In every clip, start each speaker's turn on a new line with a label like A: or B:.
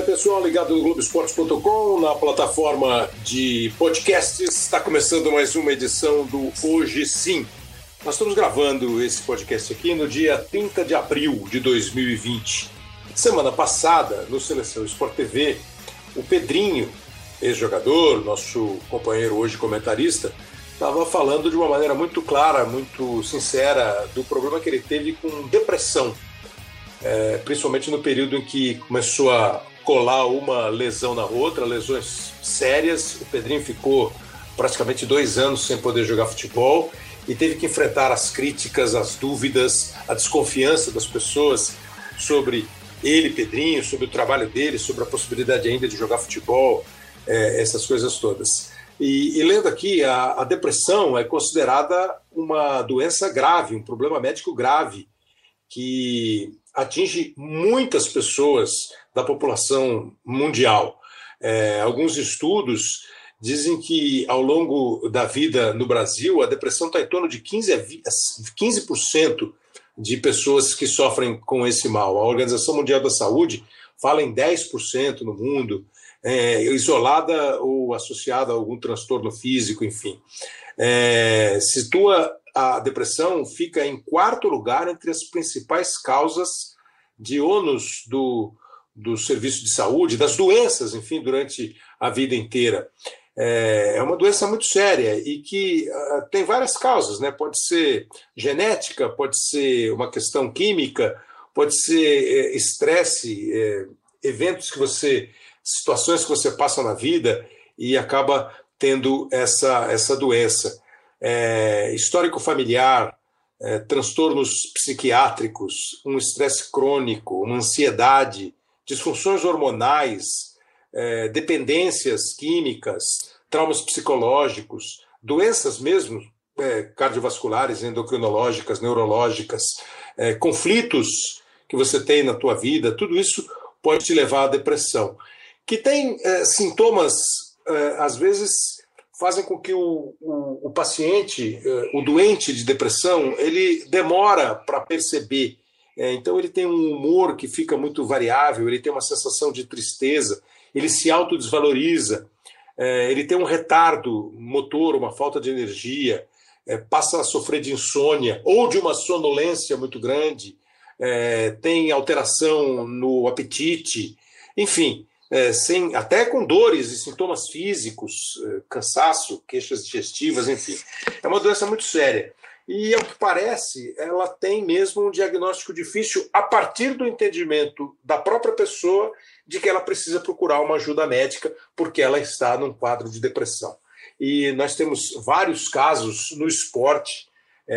A: pessoal ligado no Globoesporte.com, na plataforma de podcasts. Está começando mais uma edição do Hoje Sim. Nós estamos gravando esse podcast aqui no dia 30 de abril de 2020. Semana passada, no Seleção Sport TV, o Pedrinho, ex-jogador, nosso companheiro hoje comentarista, estava falando de uma maneira muito clara, muito sincera, do problema que ele teve com depressão. Principalmente no período em que começou a colar uma lesão na outra, lesões sérias. O Pedrinho ficou praticamente 2 anos sem poder jogar futebol e teve que enfrentar as críticas, as dúvidas, a desconfiança das pessoas sobre ele, Pedrinho, sobre o trabalho dele, sobre a possibilidade ainda de jogar futebol, essas coisas todas. E lendo aqui, a depressão é considerada uma doença grave, um problema médico grave, que atinge muitas pessoas da população mundial. Alguns estudos dizem que, ao longo da vida no Brasil, a depressão está em torno de 15% de pessoas que sofrem com esse mal. A Organização Mundial da Saúde fala em 10% no mundo, isolada ou associada a algum transtorno físico, enfim. Situa a depressão, fica em 4º lugar entre as principais causas de ônus do serviço de saúde, das doenças, enfim, durante a vida inteira. É uma doença muito séria e que tem várias causas, né? Pode ser genética, pode ser uma questão química, pode ser estresse, situações que você passa na vida e acaba tendo essa doença. Histórico familiar, transtornos psiquiátricos, um estresse crônico, uma ansiedade, disfunções hormonais, dependências químicas, traumas psicológicos, doenças mesmo cardiovasculares, endocrinológicas, neurológicas, conflitos que você tem na tua vida, tudo isso pode te levar à depressão, que tem sintomas, às vezes, fazem com que o paciente, o doente de depressão, ele demora para perceber. Então ele tem um humor que fica muito variável, ele tem uma sensação de tristeza, ele se autodesvaloriza, ele tem um retardo motor, uma falta de energia, passa a sofrer de insônia ou de uma sonolência muito grande, tem alteração no apetite, enfim, até com dores e sintomas físicos, cansaço, queixas digestivas, enfim. É uma doença muito séria. E, ao que parece, ela tem mesmo um diagnóstico difícil a partir do entendimento da própria pessoa de que ela precisa procurar uma ajuda médica porque ela está num quadro de depressão. E nós temos vários casos no esporte,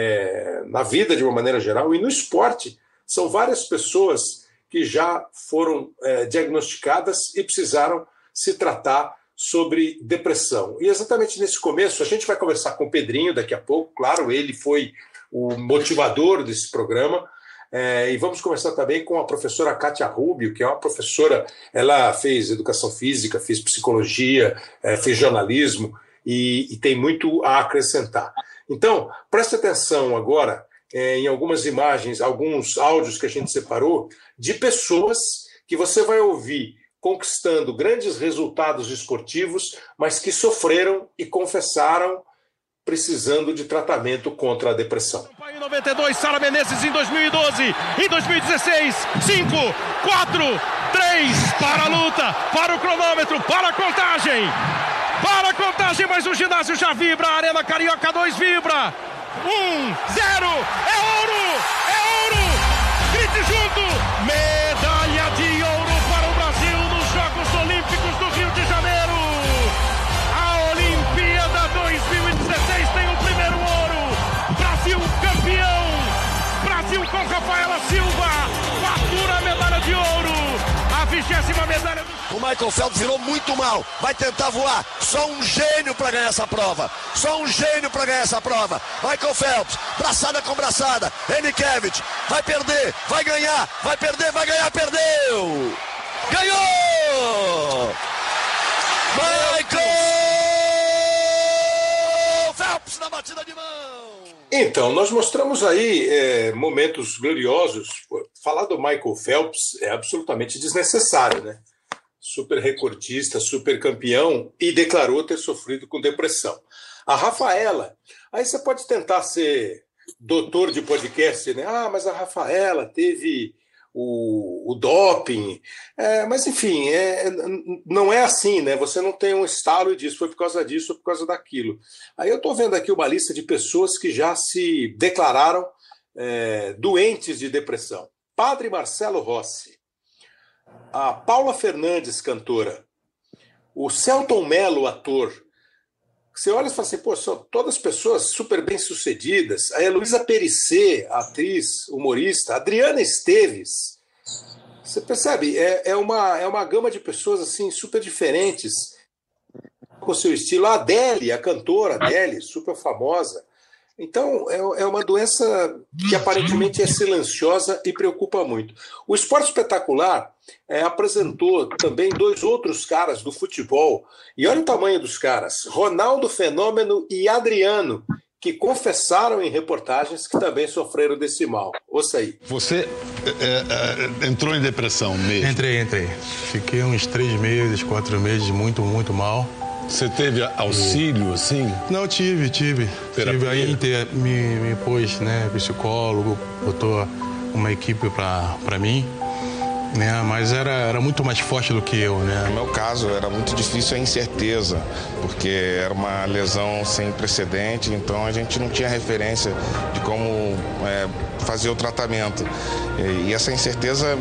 A: na vida de uma maneira geral, e no esporte são várias pessoas que já foram diagnosticadas e precisaram se tratar sobre depressão. E exatamente nesse começo, a gente vai conversar com o Pedrinho daqui a pouco, claro, ele foi o motivador desse programa, e vamos conversar também com a professora Kátia Rubio, que é uma professora, ela fez educação física, fez psicologia, fez jornalismo, e tem muito a acrescentar. Então, preste atenção agora em algumas imagens, alguns áudios que a gente separou, de pessoas que você vai ouvir conquistando grandes resultados esportivos, mas que sofreram e confessaram precisando de tratamento contra a depressão.
B: Em 92, Sara Menezes em 2012, em 2016, 5, 4, 3, para a luta, para o cronômetro, para a contagem, mas o ginásio já vibra, a Arena Carioca 2 vibra, 1, 0, é ouro, grite junto, medalha de ouro para o Brasil nos Jogos Olímpicos do Rio de Janeiro, a Olimpíada 2016 tem o primeiro ouro, Brasil campeão, Brasil com Rafaela Silva, fatura a medalha de ouro, a 20ª medalha do...
C: O Michael Phelps virou muito mal, vai tentar voar, só um gênio para ganhar essa prova, Michael Phelps, braçada com braçada, Enikevich, vai perder, vai ganhar, perdeu, ganhou, Michael Phelps na batida de mão.
A: Então, nós mostramos aí momentos gloriosos. Falar do Michael Phelps é absolutamente desnecessário, né? super recordista, super campeão, e declarou ter sofrido com depressão. A Rafaela, aí você pode tentar ser doutor de podcast, né? Ah, mas a Rafaela teve o doping, mas enfim, não é assim, né? Você não tem um estalo e diz foi por causa disso ou por causa daquilo. Aí eu estou vendo aqui uma lista de pessoas que já se declararam doentes de depressão. Padre Marcelo Rossi, a Paula Fernandes, cantora, o Selton Mello, ator. Você olha e fala assim, pô, são todas pessoas super bem-sucedidas. A Heloísa Périssé, atriz, humorista, a Adriana Esteves. Você percebe? É uma gama de pessoas assim super diferentes, com seu estilo. A Adele, a cantora Adele, super famosa. Então, é uma doença que aparentemente é silenciosa e preocupa muito. O Esporte Espetacular apresentou também 2 outros caras do futebol. E olha o tamanho dos caras. Ronaldo Fenômeno e Adriano, que confessaram em reportagens que também sofreram desse mal. Ouça aí.
D: Você entrou em depressão mesmo?
E: Entrei. Fiquei uns 3 meses, 4 meses, muito, muito mal.
D: Você teve auxílio, assim?
E: Não, tive.
D: Terapia?
E: Aí me pôs, né, psicólogo, botou uma equipe pra mim, né, mas era muito mais forte do que eu, né.
F: No meu caso, era muito difícil a incerteza, porque era uma lesão sem precedente, então a gente não tinha referência de como fazer o tratamento. E essa incerteza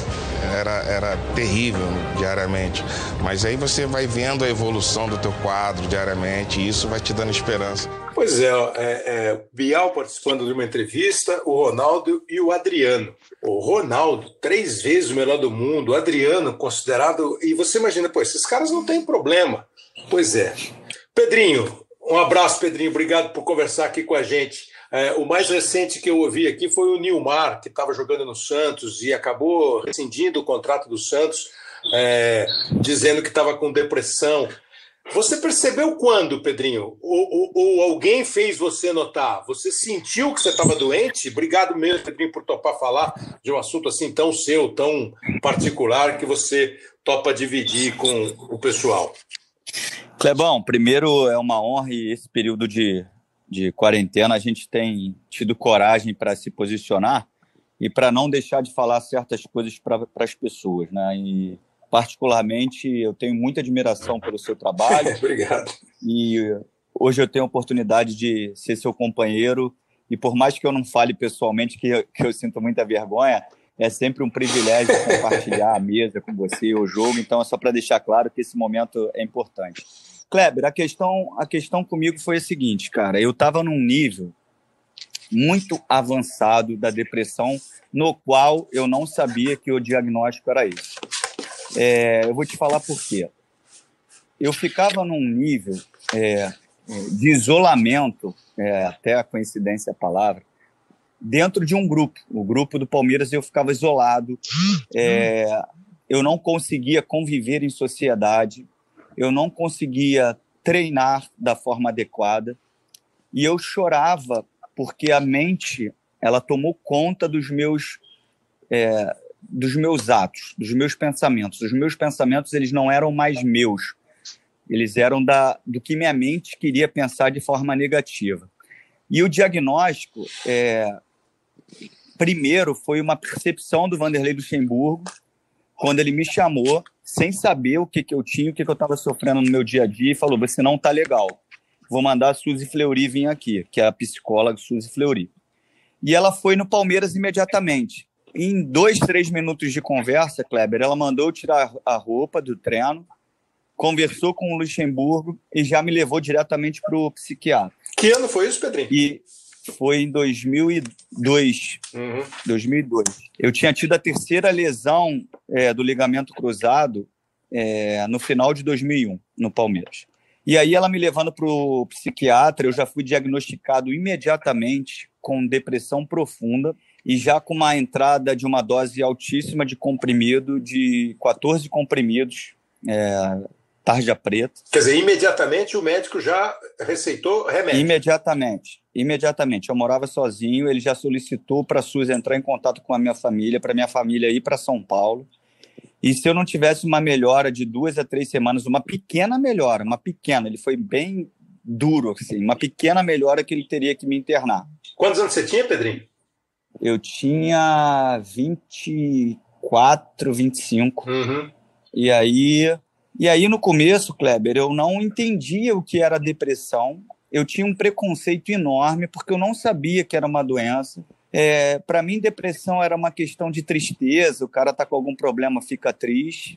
F: era terrível diariamente, mas aí você vai vendo a evolução do teu quadro diariamente e isso vai te dando esperança.
A: Pois Bial participando de uma entrevista, o Ronaldo e o Adriano. O Ronaldo, 3 vezes o melhor do mundo, o Adriano considerado... E você imagina, pô, esses caras não têm problema. Pois é. Pedrinho, um abraço, Pedrinho, obrigado por conversar aqui com a gente. O mais recente que eu ouvi aqui foi o Nilmar, que estava jogando no Santos e acabou rescindindo o contrato do Santos, dizendo que estava com depressão. Você percebeu quando, Pedrinho? Ou alguém fez você notar? Você sentiu que você estava doente? Obrigado mesmo, Pedrinho, por topar falar de um assunto assim tão seu, tão particular, que você topa dividir com o pessoal.
G: Clebão, primeiro é uma honra e esse período de quarentena a gente tem tido coragem para se posicionar e para não deixar de falar certas coisas para as pessoas, né? E particularmente eu tenho muita admiração pelo seu trabalho.
A: Obrigado.
G: E hoje eu tenho a oportunidade de ser seu companheiro e por mais que eu não fale pessoalmente, que eu sinto muita vergonha, é sempre um privilégio compartilhar a mesa com você, o jogo, então é só para deixar claro que esse momento é importante. Kleber, a questão comigo foi a seguinte, cara, eu estava num nível muito avançado da depressão, no qual eu não sabia que o diagnóstico era esse. Eu vou te falar por quê. Eu ficava num nível de isolamento, até a coincidência a palavra, dentro de um grupo, o grupo do Palmeiras, eu ficava isolado, eu não conseguia conviver em sociedade, eu não conseguia treinar da forma adequada e eu chorava porque a mente ela tomou conta dos meus atos, dos meus pensamentos. Os meus pensamentos eles não eram mais meus, eles eram do que minha mente queria pensar de forma negativa. E o diagnóstico, primeiro, foi uma percepção do Vanderlei Luxemburgo, quando ele me chamou, sem saber o que eu tinha, o que eu estava sofrendo no meu dia a dia, e falou, você não está legal, vou mandar a Suzy Fleury vir aqui, que é a psicóloga Suzy Fleury. E ela foi no Palmeiras imediatamente. Em 2, 3 minutos de conversa, Kleber, ela mandou eu tirar a roupa do treino, conversou com o Luxemburgo e já me levou diretamente para o psiquiatra.
A: Que ano foi isso, Pedrinho?
G: E foi em 2002. 2002. Eu tinha tido a 3ª lesão do ligamento cruzado no final de 2001, no Palmeiras. E aí ela me levando para o psiquiatra, eu já fui diagnosticado imediatamente com depressão profunda e já com uma entrada de uma dose altíssima de comprimido, de 14 comprimidos, tarja preta.
A: Quer dizer, imediatamente o médico já receitou remédio?
G: Imediatamente. Eu morava sozinho, ele já solicitou para a SUS entrar em contato com a minha família, para minha família ir para São Paulo. E se eu não tivesse uma melhora de 2 a 3 semanas, uma pequena melhora, ele foi bem duro, assim, uma pequena melhora que ele teria que me internar.
A: Quantos anos você tinha, Pedrinho?
G: Eu tinha 24, 25.
A: Uhum.
G: E aí, no começo, Kleber, eu não entendia o que era depressão. Eu tinha um preconceito enorme, porque eu não sabia que era uma doença. Para mim, depressão era uma questão de tristeza. O cara tá com algum problema, fica triste.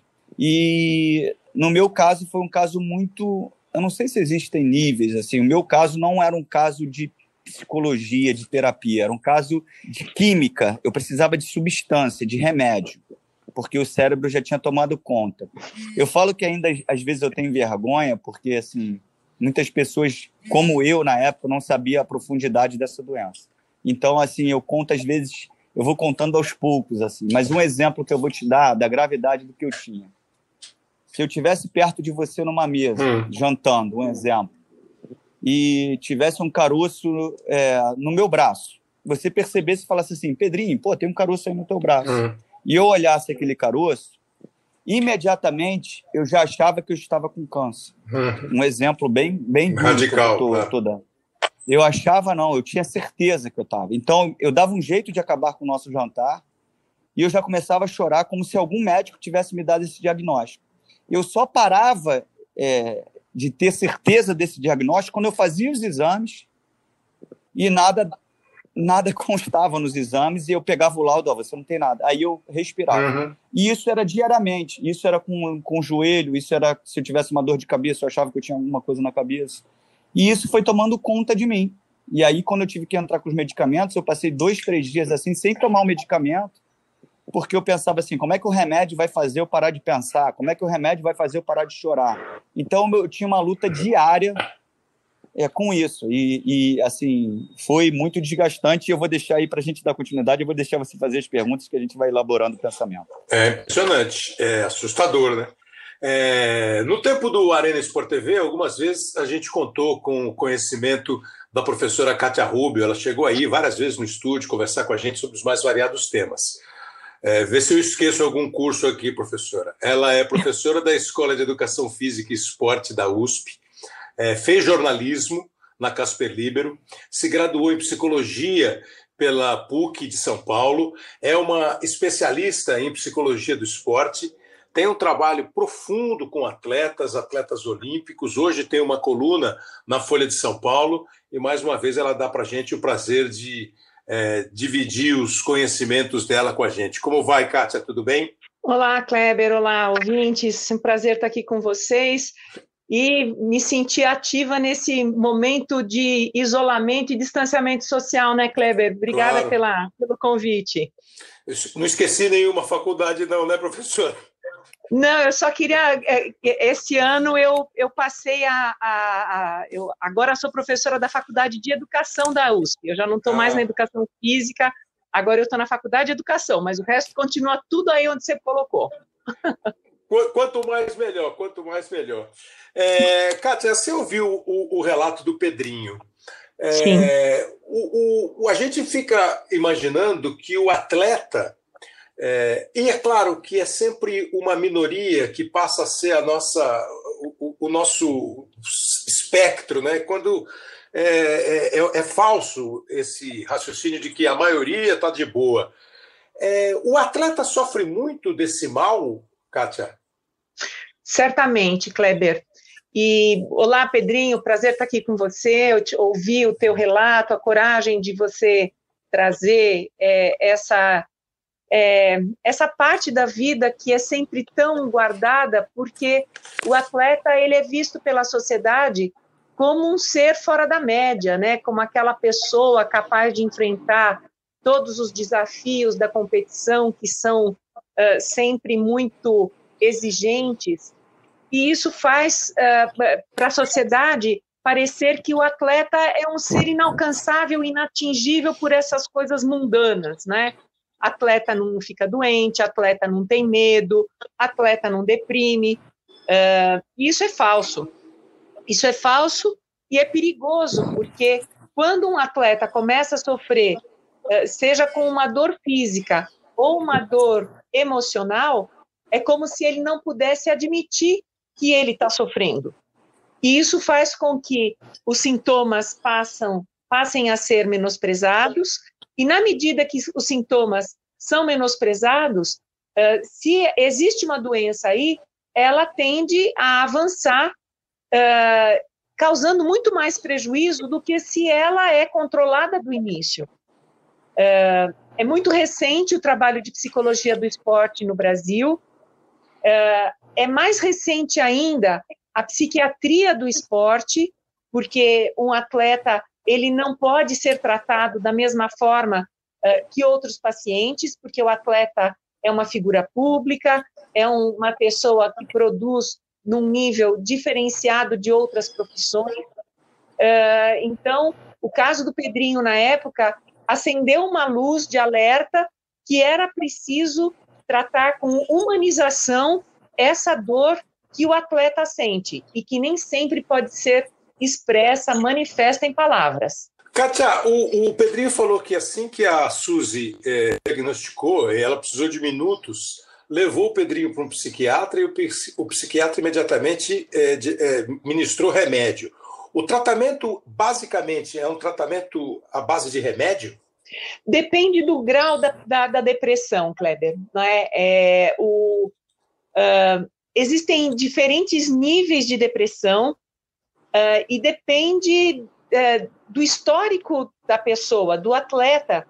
G: E no meu caso, foi um caso muito... Eu não sei se existem níveis, assim. O meu caso não era um caso de psicologia, de terapia. Era um caso de química. Eu precisava de substância, de remédio, porque o cérebro já tinha tomado conta. Eu falo que ainda, às vezes, eu tenho vergonha, porque, assim, muitas pessoas, como eu, na época, não sabia a profundidade dessa doença. Então, assim, eu conto, às vezes, eu vou contando aos poucos, assim. Mas um exemplo que eu vou te dar da gravidade do que eu tinha. Se eu estivesse perto de você numa mesa, jantando, um exemplo, e tivesse um caroço no meu braço, você percebesse e falasse assim, Pedrinho, pô, tem um caroço aí no teu braço. E eu olhasse aquele caroço, imediatamente eu já achava que eu estava com câncer. Um exemplo bem
A: radical,
G: que eu tô dando. Eu achava não, eu tinha certeza que eu estava. Então, eu dava um jeito de acabar com o nosso jantar e eu já começava a chorar como se algum médico tivesse me dado esse diagnóstico. Eu só parava de ter certeza desse diagnóstico quando eu fazia os exames e nada constava nos exames e eu pegava o laudo, você não tem nada. Aí eu respirava. E isso era diariamente, isso era com o joelho, isso era se eu tivesse uma dor de cabeça, eu achava que eu tinha alguma coisa na cabeça. E isso foi tomando conta de mim. E aí, quando eu tive que entrar com os medicamentos, eu passei 2, 3 dias assim, sem tomar o medicamento, porque eu pensava assim, como é que o remédio vai fazer eu parar de pensar? Como é que o remédio vai fazer eu parar de chorar? Então, eu tinha uma luta diária com isso. E, assim, foi muito desgastante. E eu vou deixar aí, para a gente dar continuidade, eu vou deixar você fazer as perguntas que a gente vai elaborando o pensamento.
A: É impressionante, é assustador, né? No tempo do Arena Sport TV, algumas vezes a gente contou com o conhecimento da professora Kátia Rubio. Ela chegou aí várias vezes no estúdio conversar com a gente sobre os mais variados temas. Vê se eu esqueço algum curso aqui, professora. Ela é professora da Escola de Educação Física e Esporte da USP, fez jornalismo na Casper Libero, se graduou em psicologia pela PUC de São Paulo, é uma especialista em psicologia do esporte, tem um trabalho profundo com atletas olímpicos. Hoje tem uma coluna na Folha de São Paulo e, mais uma vez, ela dá para a gente o prazer de dividir os conhecimentos dela com a gente. Como vai, Kátia? Tudo bem?
H: Olá, Kleber. Olá, ouvintes. Um prazer estar aqui com vocês e me sentir ativa nesse momento de isolamento e distanciamento social, né, Kleber? Obrigada
A: Claro.
H: pelo convite.
A: Eu não esqueci nenhuma faculdade não, né, professora?
H: Não, eu só queria... Esse ano eu passei eu agora sou professora da Faculdade de Educação da USP. Eu já não estou mais na Educação Física, agora eu estou na Faculdade de Educação, mas o resto continua tudo aí onde você colocou.
A: Quanto mais melhor, quanto mais melhor. Kátia, você ouviu o relato do Pedrinho.
H: Sim.
A: A gente fica imaginando que o atleta... e é claro que é sempre uma minoria que passa a ser o nosso espectro, né? Quando é falso esse raciocínio de que a maioria está de boa. O atleta sofre muito desse mal, Kátia?
H: Certamente, Kleber. E olá, Pedrinho, prazer estar aqui com você. Eu ouvi o teu relato, a coragem de você trazer essa parte da vida que é sempre tão guardada, porque o atleta ele é visto pela sociedade como um ser fora da média, né? Como aquela pessoa capaz de enfrentar todos os desafios da competição, que são sempre muito exigentes, e isso faz para a sociedade parecer que o atleta é um ser inalcançável, inatingível por essas coisas mundanas, né? Atleta não fica doente, atleta não tem medo, atleta não deprime. Isso é falso. Isso é falso e é perigoso, porque quando um atleta começa a sofrer, seja com uma dor física ou uma dor emocional, é como se ele não pudesse admitir que ele está sofrendo. E isso faz com que os sintomas passem a ser menosprezados, e na medida que os sintomas são menosprezados, se existe uma doença aí, ela tende a avançar, causando muito mais prejuízo do que se ela é controlada do início. É muito recente o trabalho de psicologia do esporte no Brasil, é mais recente ainda a psiquiatria do esporte, porque um atleta ele não pode ser tratado da mesma forma que outros pacientes, porque o atleta é uma figura pública, é uma pessoa que produz num nível diferenciado de outras profissões. Então, o caso do Pedrinho, na época, acendeu uma luz de alerta que era preciso tratar com humanização essa dor que o atleta sente e que nem sempre pode ser expressa, manifesta em palavras.
A: Kátia, o Pedrinho falou que assim que a Suzy diagnosticou, ela precisou de minutos, levou o Pedrinho para um psiquiatra e o psiquiatra imediatamente ministrou remédio. O tratamento, basicamente, é um tratamento à base de remédio?
H: Depende do grau da depressão, Kleber. Não é? Existem diferentes níveis de depressão e depende do histórico da pessoa, do atleta,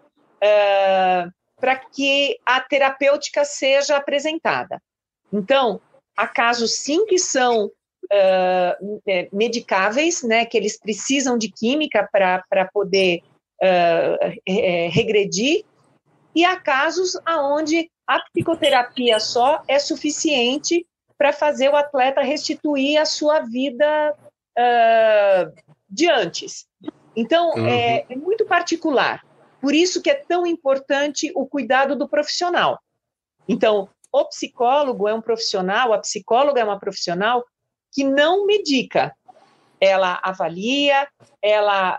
H: para que a terapêutica seja apresentada. Então, há casos sim que são medicáveis, né, que eles precisam de química para poder regredir, e há casos onde a psicoterapia só é suficiente para fazer o atleta restituir a sua vida de antes. Então, é muito particular. Por isso que é tão importante o cuidado do profissional. Então, o psicólogo é um profissional, a psicóloga é uma profissional que não medica. Ela avalia, ela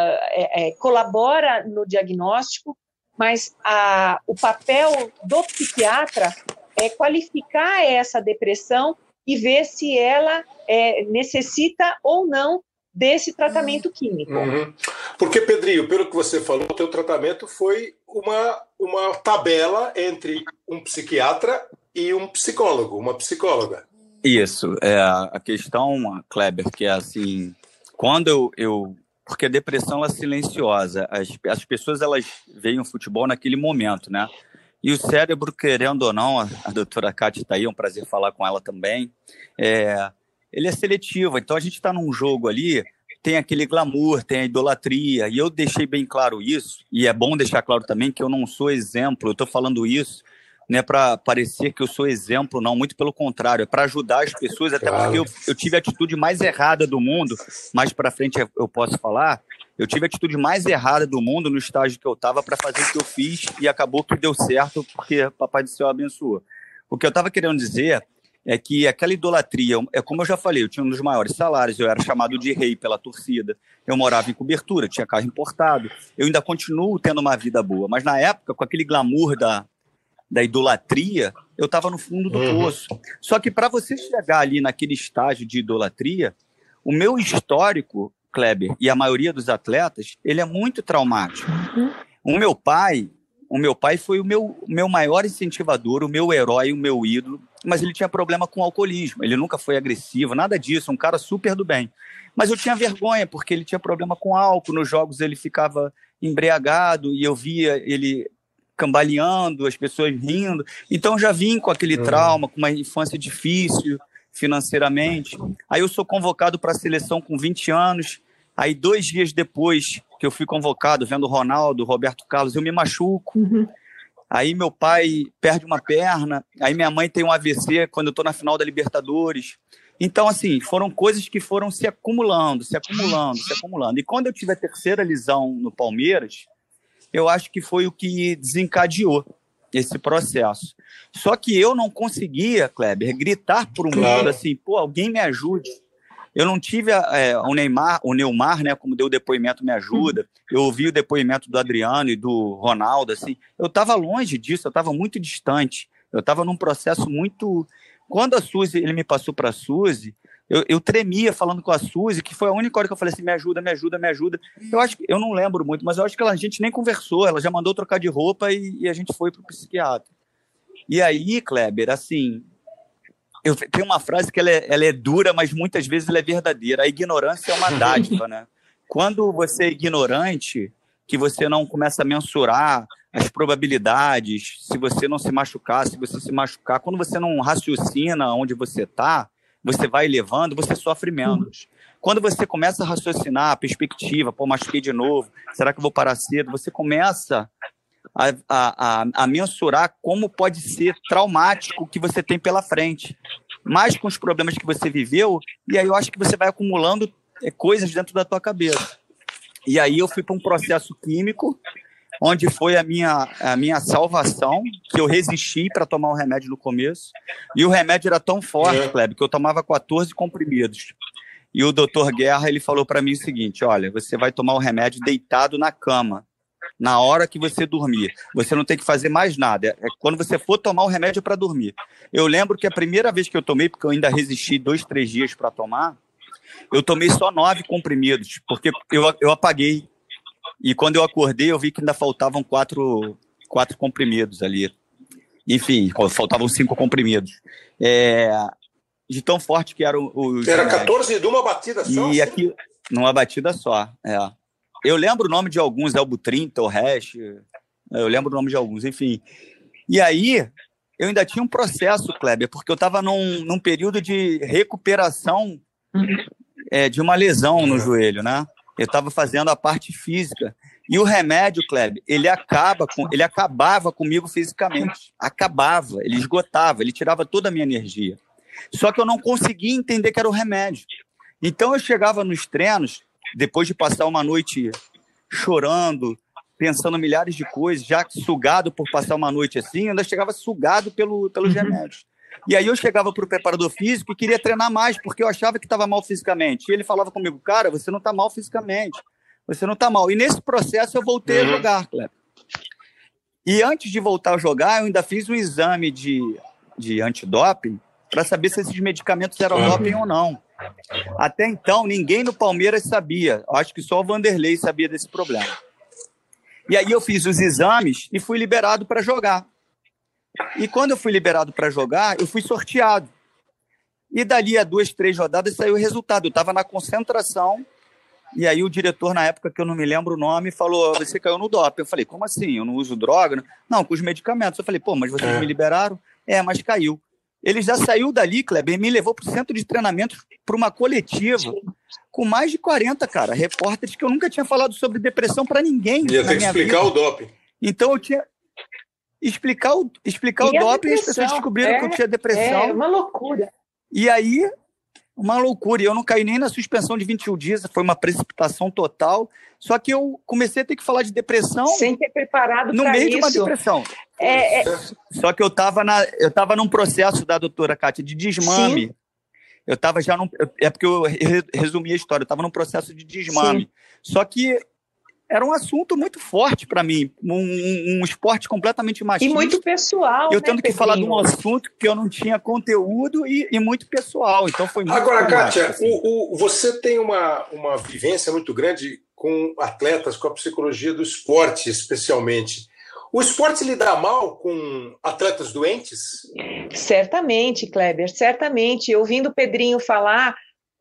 H: colabora no diagnóstico, mas o papel do psiquiatra é qualificar essa depressão e ver se ela necessita ou não desse tratamento químico.
A: Porque, Pedrinho, pelo que você falou, o teu tratamento foi uma tabela entre um psiquiatra e um psicólogo, uma psicóloga.
G: Isso, a questão, Kleber, que é assim, quando porque a depressão ela é silenciosa, as pessoas elas veem o futebol naquele momento, né? E o cérebro, querendo ou não, a doutora Kátia está aí, é um prazer falar com ela também, ele é seletivo, então a gente está num jogo ali, tem aquele glamour, tem a idolatria, e eu deixei bem claro isso, e é bom deixar claro também que eu não sou exemplo, eu estou falando isso, não é para parecer que eu sou exemplo, não, muito pelo contrário, é para ajudar as pessoas, até porque eu tive a atitude mais errada do mundo, mais para frente eu posso falar, eu tive a atitude mais errada do mundo no estágio que eu estava para fazer o que eu fiz e acabou que deu certo porque Papai do Céu abençoou. O que eu estava querendo dizer é que aquela idolatria, como eu já falei, eu tinha um dos maiores salários, eu era chamado de rei pela torcida, eu morava em cobertura, tinha carro importado, eu ainda continuo tendo uma vida boa, mas na época, com aquele glamour da idolatria, eu estava no fundo do poço. Só que para você chegar ali naquele estágio de idolatria, o meu histórico, Kleber, e a maioria dos atletas, ele é muito traumático. O meu pai foi o meu maior incentivador, o meu herói, o meu ídolo, mas ele tinha problema com alcoolismo, ele nunca foi agressivo, nada disso, um cara super do bem. Mas eu tinha vergonha, porque ele tinha problema com álcool, nos jogos ele ficava embriagado, e eu via ele cambaleando, as pessoas rindo, então já vim com aquele trauma, com uma infância difícil financeiramente. Aí eu sou convocado para a seleção com 20 anos, aí 2 dias depois que eu fui convocado, vendo o Ronaldo, Roberto Carlos, eu me machuco. Aí meu pai perde uma perna, aí minha mãe tem um AVC quando eu estou na final da Libertadores. Então, assim, foram coisas que foram se acumulando. E quando eu tive a terceira lesão no Palmeiras, eu acho que foi o que desencadeou esse processo. Só que eu não conseguia, Kleber, gritar para o mundo assim, pô, alguém me ajude. Eu não tive o Neymar, né, como deu o depoimento, me ajuda. Eu ouvi o depoimento do Adriano e do Ronaldo, assim. Eu estava longe disso, eu estava muito distante. Eu estava num processo muito... Quando a Suzy, ele me passou para a Suzy, eu tremia falando com a Suzy, que foi a única hora que eu falei assim, me ajuda, me ajuda, me ajuda. Eu não lembro muito, mas eu acho que a gente nem conversou, ela já mandou trocar de roupa e a gente foi para o psiquiatra. E aí, Kleber, assim, tem uma frase que ela é dura, mas muitas vezes ela é verdadeira. A ignorância é uma dádiva, né? Quando você é ignorante, que você não começa a mensurar as probabilidades, se você não se machucar, se você se machucar, quando você não raciocina onde você está, você vai levando, você sofre menos. Quando você começa a raciocinar a perspectiva, pô, machuquei de novo, será que eu vou parar cedo? Você começa a mensurar como pode ser traumático o que você tem pela frente, mais com os problemas que você viveu, e aí eu acho que você vai acumulando coisas dentro da tua cabeça. E aí eu fui para um processo químico, onde foi a minha salvação, que eu resisti para tomar o remédio no começo, e o remédio era tão forte, Kleber, que eu tomava 14 comprimidos. E o doutor Guerra, ele falou para mim o seguinte, olha, você vai tomar o remédio deitado na cama, na hora que você dormir. Você não tem que fazer mais nada. É quando você for tomar o remédio para dormir. Eu lembro que a primeira vez que eu tomei, porque eu ainda resisti 2, 3 dias para tomar, eu tomei só 9 comprimidos, porque eu apaguei. E quando eu acordei, eu vi que ainda faltavam 4 comprimidos ali. Enfim, faltavam 5 comprimidos. De tão forte que eram os...
A: Era 14 de uma batida só?
G: E aqui, numa batida só, Eu lembro o nome de alguns, Elbutrin, Torres, eu lembro o nome de alguns, enfim. E aí, eu ainda tinha um processo, Kleber, porque eu estava num período de recuperação de uma lesão no joelho, né? Eu estava fazendo a parte física. E o remédio, Kleber, ele acabava comigo fisicamente. Acabava, ele esgotava, ele tirava toda a minha energia. Só que eu não conseguia entender que era o remédio. Então eu chegava nos treinos, depois de passar uma noite chorando, pensando milhares de coisas, já sugado por passar uma noite assim, eu ainda chegava sugado pelos remédios. E aí eu chegava para o preparador físico e queria treinar mais, porque eu achava que estava mal fisicamente. E ele falava comigo, cara, você não está mal fisicamente, você não está mal. E nesse processo eu voltei a jogar, Kleber. E antes de voltar a jogar, eu ainda fiz um exame de antidoping para saber se esses medicamentos eram doping ou não. Até então, ninguém no Palmeiras sabia. Acho que só o Vanderlei sabia desse problema. E aí eu fiz os exames e fui liberado para jogar. E quando eu fui liberado para jogar, eu fui sorteado. E dali a 2, 3 rodadas saiu o resultado. Eu estava na concentração, e aí o diretor, na época, que eu não me lembro o nome, falou, você caiu no doping. Eu falei, como assim? Eu não uso droga? Não, com os medicamentos. Eu falei, pô, mas vocês me liberaram? Mas caiu. Ele já saiu dali, Kleber, e me levou para o centro de treinamento, para uma coletiva, com mais de 40, cara, repórteres que eu nunca tinha falado sobre depressão para ninguém.
A: Ia ter que explicar o doping.
G: Então eu tinha... Explicar o doping, e as pessoas descobriram que eu tinha depressão.
H: É uma loucura.
G: E aí, uma loucura. E eu não caí nem na suspensão de 21 dias, foi uma precipitação total. Só que eu comecei a ter que falar de depressão...
H: Sem ter preparado para isso.
G: No meio de uma depressão. Só que eu estava num processo da doutora Kátia de desmame. Sim. Eu estava já é porque eu resumi a história. Eu estava num processo de desmame. Sim. Só que... era um assunto muito forte para mim, um esporte completamente machista.
H: E muito pessoal,
G: eu tendo que falar de um assunto que eu não tinha conteúdo e muito pessoal, então foi muito...
A: Agora, Kátia, você tem uma vivência muito grande com atletas, com a psicologia do esporte, especialmente. O esporte lida mal com atletas doentes?
H: Certamente, Kleber, certamente. Ouvindo o Pedrinho falar...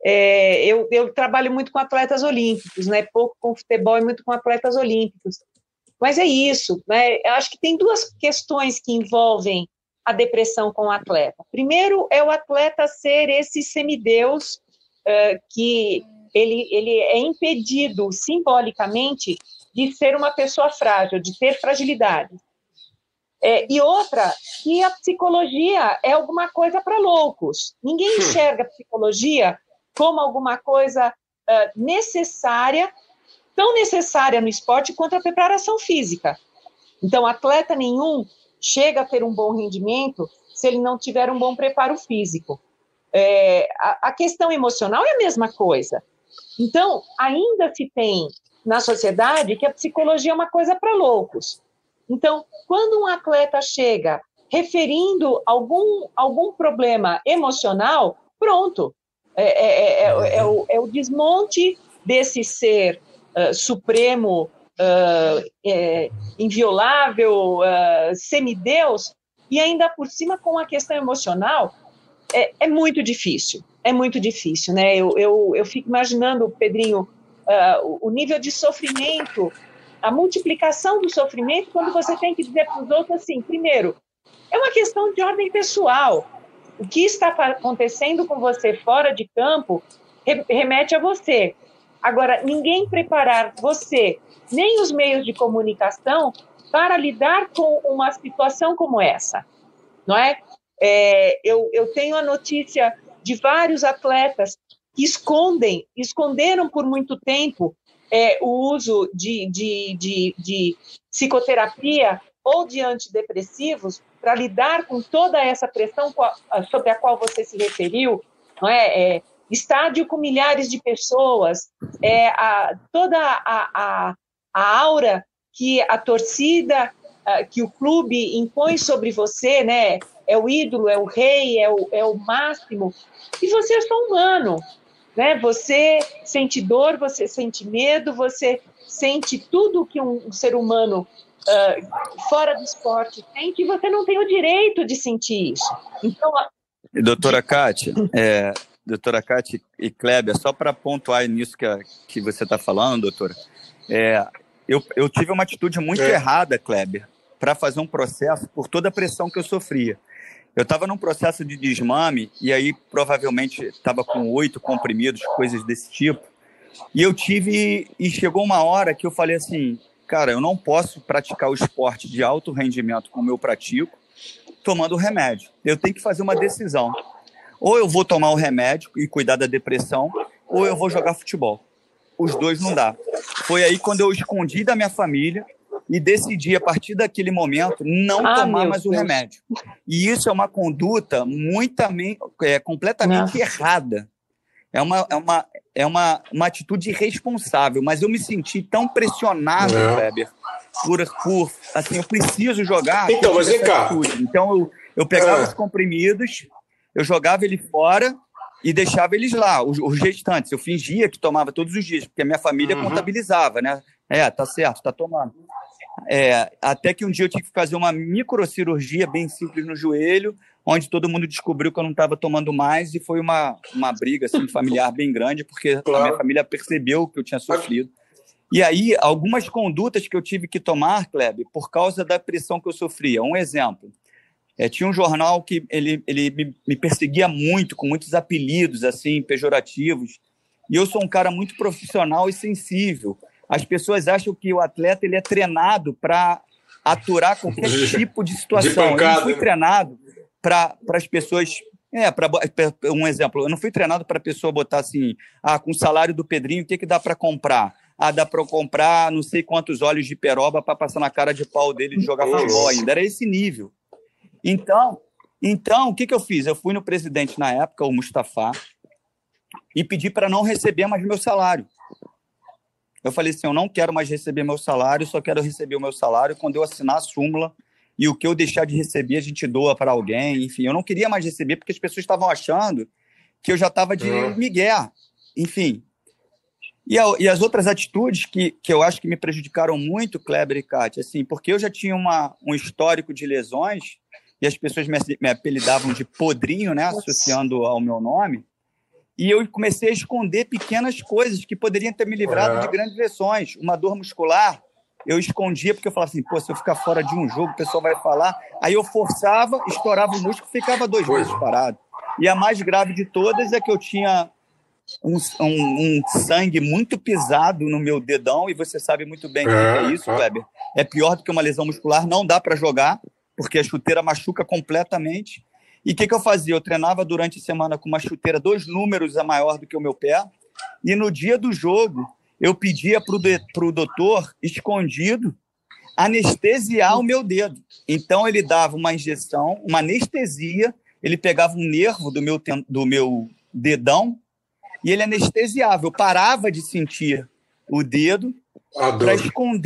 H: eu trabalho muito com atletas olímpicos, né? Pouco com futebol e muito com atletas olímpicos. Mas é isso, né? Eu acho que tem 2 questões que envolvem a depressão com o atleta. Primeiro é o atleta ser esse semideus que ele é impedido simbolicamente de ser uma pessoa frágil, de ter fragilidade. E outra, que a psicologia é alguma coisa para loucos. Ninguém enxerga a psicologia como alguma coisa necessária, tão necessária no esporte quanto a preparação física. Então, atleta nenhum chega a ter um bom rendimento se ele não tiver um bom preparo físico. A questão emocional é a mesma coisa. Então, ainda se tem na sociedade que a psicologia é uma coisa para loucos. Então, quando um atleta chega referindo algum problema emocional, pronto. É o desmonte desse ser supremo, inviolável, semideus, e ainda por cima com a questão emocional. É muito difícil, né? Eu fico imaginando, Pedrinho, o nível de sofrimento, a multiplicação do sofrimento, quando você tem que dizer para os outros assim, primeiro, é uma questão de ordem pessoal. O que está acontecendo com você fora de campo remete a você. Agora, ninguém preparar você, nem os meios de comunicação, para lidar com uma situação como essa, não é? Eu tenho a notícia de vários atletas que esconderam por muito tempo o uso de psicoterapia ou de antidepressivos para lidar com toda essa pressão sobre a qual você se referiu, não é? Estádio com milhares de pessoas, toda a aura que a torcida, que o clube impõe sobre você, né? É o ídolo, é o rei, é o máximo, e você é só humano, né? Você sente dor, você sente medo, você sente tudo que um ser humano fora do esporte sente, e você não tem o direito de sentir isso. Então,
G: doutora Kátia e Kleber, só para pontuar nisso que você está falando, doutora, eu tive uma atitude muito errada, Kleber, para fazer um processo por toda a pressão que eu sofria. Eu estava num processo de desmame, e aí provavelmente estava com 8 comprimidos, coisas desse tipo, e chegou uma hora que eu falei assim, cara, eu não posso praticar o esporte de alto rendimento como eu pratico, tomando remédio. Eu tenho que fazer uma decisão. Ou eu vou tomar o remédio e cuidar da depressão, ou eu vou jogar futebol. Os dois não dá. Foi aí quando eu escondi da minha família e decidi, a partir daquele momento, não tomar mais o remédio. E isso é uma conduta completamente errada. É uma atitude irresponsável, mas eu me senti tão pressionado, Kleber, assim, eu preciso jogar.
A: Então, mas vem cá.
G: Então, eu pegava os comprimidos, eu jogava ele fora e deixava eles lá, os restantes. Eu fingia que tomava todos os dias, porque a minha família contabilizava, né? Tá certo, tá tomando. Até que um dia eu tive que fazer uma microcirurgia bem simples no joelho, onde todo mundo descobriu que eu não estava tomando mais, e foi uma briga assim, familiar bem grande, porque a minha família percebeu que eu tinha sofrido. E aí, algumas condutas que eu tive que tomar, Kleber, por causa da pressão que eu sofria. Um exemplo, tinha um jornal que ele me perseguia muito, com muitos apelidos assim, pejorativos, e eu sou um cara muito profissional e sensível. As pessoas acham que o atleta ele é treinado para aturar qualquer tipo de situação. Eu não fui treinado para as pessoas... um exemplo, eu não fui treinado para a pessoa botar assim, com o salário do Pedrinho, o que dá para comprar? Dá para comprar não sei quantos óleos de peroba para passar na cara de pau dele de jogar futebol ainda. Era esse nível. Então o que eu fiz? Eu fui no presidente na época, o Mustafa, e pedi para não receber mais meu salário. Eu falei assim, eu não quero mais receber meu salário, só quero receber o meu salário quando eu assinar a súmula, e o que eu deixar de receber a gente doa para alguém. Enfim, eu não queria mais receber porque as pessoas estavam achando que eu já estava de migué. Enfim. E as outras atitudes que eu acho que me prejudicaram muito, Kleber e Kátia, assim, porque eu já tinha um histórico de lesões, e as pessoas me apelidavam de Podrinho, né, associando ao meu nome, e eu comecei a esconder pequenas coisas que poderiam ter me livrado de grandes lesões. Uma dor muscular, eu escondia, porque eu falava assim, se eu ficar fora de um jogo, o pessoal vai falar. Aí eu forçava, estourava o músculo, ficava 2 meses parado. E a mais grave de todas é que eu tinha um sangue muito pisado no meu dedão, e você sabe muito bem o que é isso, Kleber. É pior do que uma lesão muscular, não dá para jogar, porque a chuteira machuca completamente. E o que eu fazia? Eu treinava durante a semana com uma chuteira 2 números a maior do que o meu pé, e no dia do jogo eu pedia para o doutor, escondido, anestesiar o meu dedo. Então ele dava uma injeção, uma anestesia, ele pegava um nervo do meu dedão e ele anestesiava. Eu parava de sentir o dedo para esconder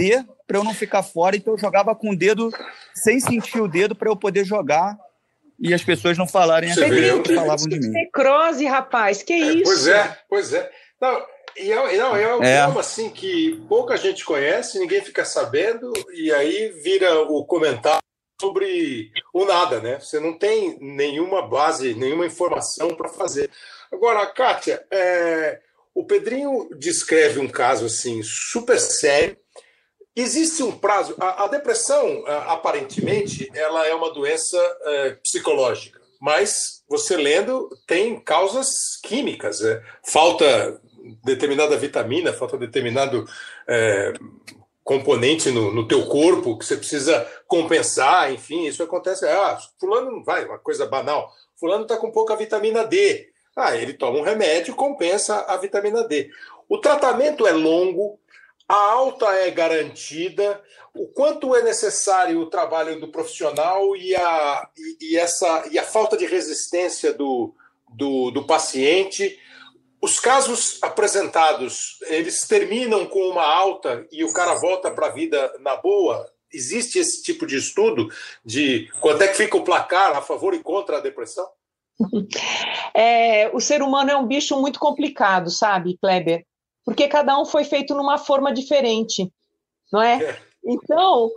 G: para eu não ficar fora, então eu jogava com o dedo, sem sentir o dedo, para eu poder jogar e as pessoas não falarem assim que falavam de mim.
H: Necrose, rapaz, que isso?
A: Pois é. Não, é um tema assim que pouca gente conhece, ninguém fica sabendo, e aí vira o comentário sobre o nada, né? Você não tem nenhuma base, nenhuma informação para fazer. Agora, Kátia, o Pedrinho descreve um caso assim super sério. Existe um prazo. A depressão, aparentemente, ela é uma doença psicológica, mas você lendo tem causas químicas. Falta determinada vitamina, falta determinado componente no teu corpo que você precisa compensar, enfim, isso acontece. Fulano não vai, uma coisa banal. Fulano está com pouca vitamina D. Ele toma um remédio e compensa a vitamina D. O tratamento é longo, a alta é garantida, o quanto é necessário o trabalho do profissional e a falta de resistência do paciente. Os casos apresentados, eles terminam com uma alta e o cara volta para a vida na boa? Existe esse tipo de estudo de quanto é que fica o placar a favor e contra a depressão?
H: O ser humano é um bicho muito complicado, sabe, Kleber? Porque cada um foi feito numa forma diferente, não é? Então,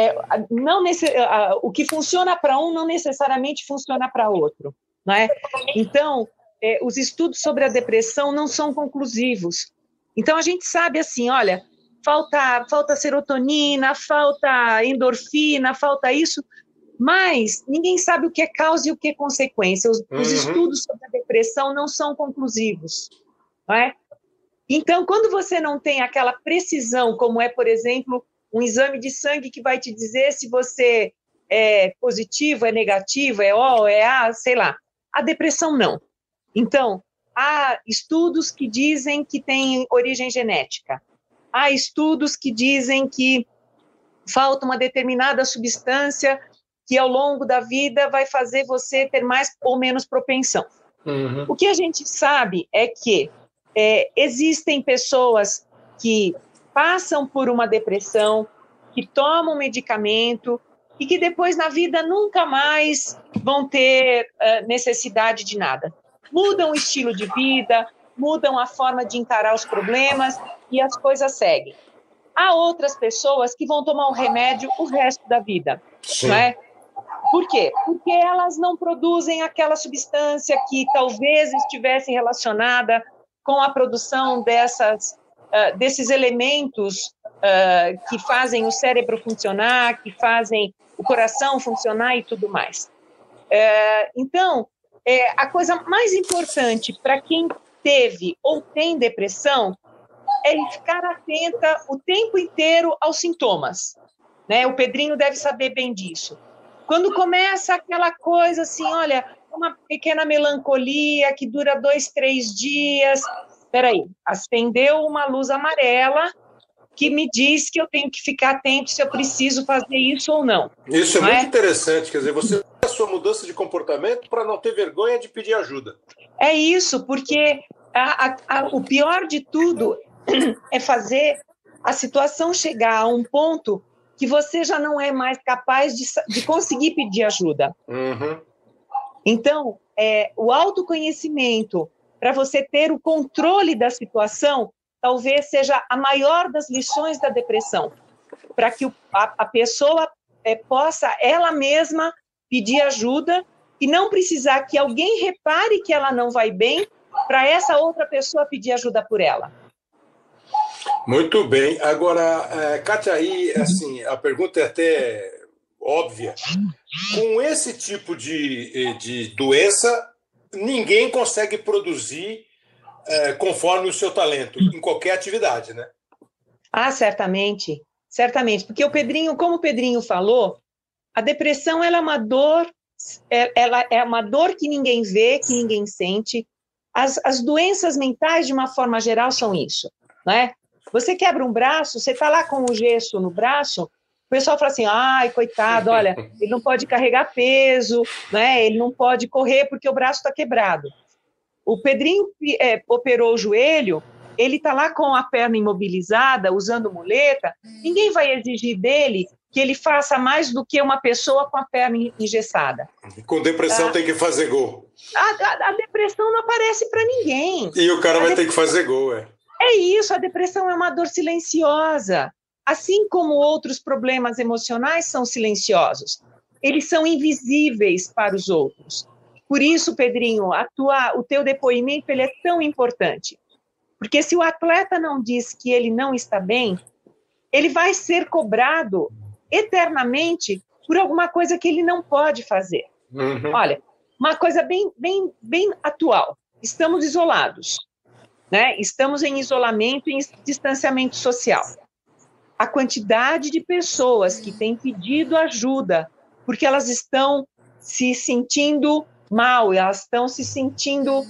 H: o que funciona para um não necessariamente funciona para outro, não é? Então, os estudos sobre a depressão não são conclusivos. Então, a gente sabe assim, olha, falta serotonina, falta endorfina, falta isso, mas ninguém sabe o que é causa e o que é consequência. Os estudos sobre a depressão não são conclusivos, não é? Então, quando você não tem aquela precisão, como é, por exemplo, um exame de sangue que vai te dizer se você é positivo, é negativo, é O, é A, sei lá. A depressão não. Então, há estudos que dizem que tem origem genética. Há estudos que dizem que falta uma determinada substância que ao longo da vida vai fazer você ter mais ou menos propensão. O que a gente sabe é que existem pessoas que passam por uma depressão, que tomam medicamento e que depois na vida nunca mais vão ter necessidade de nada. Mudam o estilo de vida, mudam a forma de encarar os problemas e as coisas seguem. Há outras pessoas que vão tomar o remédio o resto da vida, não é? Por quê? Porque elas não produzem aquela substância que talvez estivesse relacionada com a produção desses elementos que fazem o cérebro funcionar, que fazem o coração funcionar e tudo mais. Então, a coisa mais importante para quem teve ou tem depressão é ficar atenta o tempo inteiro aos sintomas, né? O Pedrinho deve saber bem disso. Quando começa aquela coisa assim, olha, uma pequena melancolia que dura 2, 3 dias, peraí, acendeu uma luz amarela que me diz que eu tenho que ficar atento se eu preciso fazer isso ou não.
A: Isso é muito interessante, quer dizer, você faz a sua mudança de comportamento para não ter vergonha de pedir ajuda.
H: É isso, porque o pior de tudo é fazer a situação chegar a um ponto que você já não é mais capaz de conseguir pedir ajuda. Então, o autoconhecimento, para você ter o controle da situação, talvez seja a maior das lições da depressão, para que a pessoa possa ela mesma pedir ajuda e não precisar que alguém repare que ela não vai bem para essa outra pessoa pedir ajuda por ela.
A: Muito bem. Agora, Kátia, aí, assim, a pergunta é até óbvia. Com esse tipo de doença, ninguém consegue produzir conforme o seu talento, em qualquer atividade, né?
H: Certamente. Certamente. Porque como o Pedrinho falou, a depressão ela é uma dor que ninguém vê, que ninguém sente. As doenças mentais, de uma forma geral, são isso, né? Você quebra um braço, você está lá com o gesso no braço, o pessoal fala assim, ai, coitado, olha, ele não pode carregar peso, né? Ele não pode correr porque o braço está quebrado. O Pedrinho operou o joelho ele está lá com a perna imobilizada, usando muleta, ninguém vai exigir dele que ele faça mais do que uma pessoa com a perna engessada.
A: Com depressão tem que fazer gol.
H: A depressão não aparece para ninguém.
A: E o cara vai ter que fazer gol,
H: É isso, a depressão é uma dor silenciosa. Assim como outros problemas emocionais são silenciosos. Eles são invisíveis para os outros. Por isso, Pedrinho, o teu depoimento ele é tão importante. Porque se o atleta não diz que ele não está bem, ele vai ser cobrado eternamente por alguma coisa que ele não pode fazer.
A: Uhum.
H: Olha, uma coisa bem atual. Estamos isolados, né? Estamos em isolamento e em distanciamento social. A quantidade de pessoas que têm pedido ajuda porque elas estão se sentindo mal, elas estão se sentindo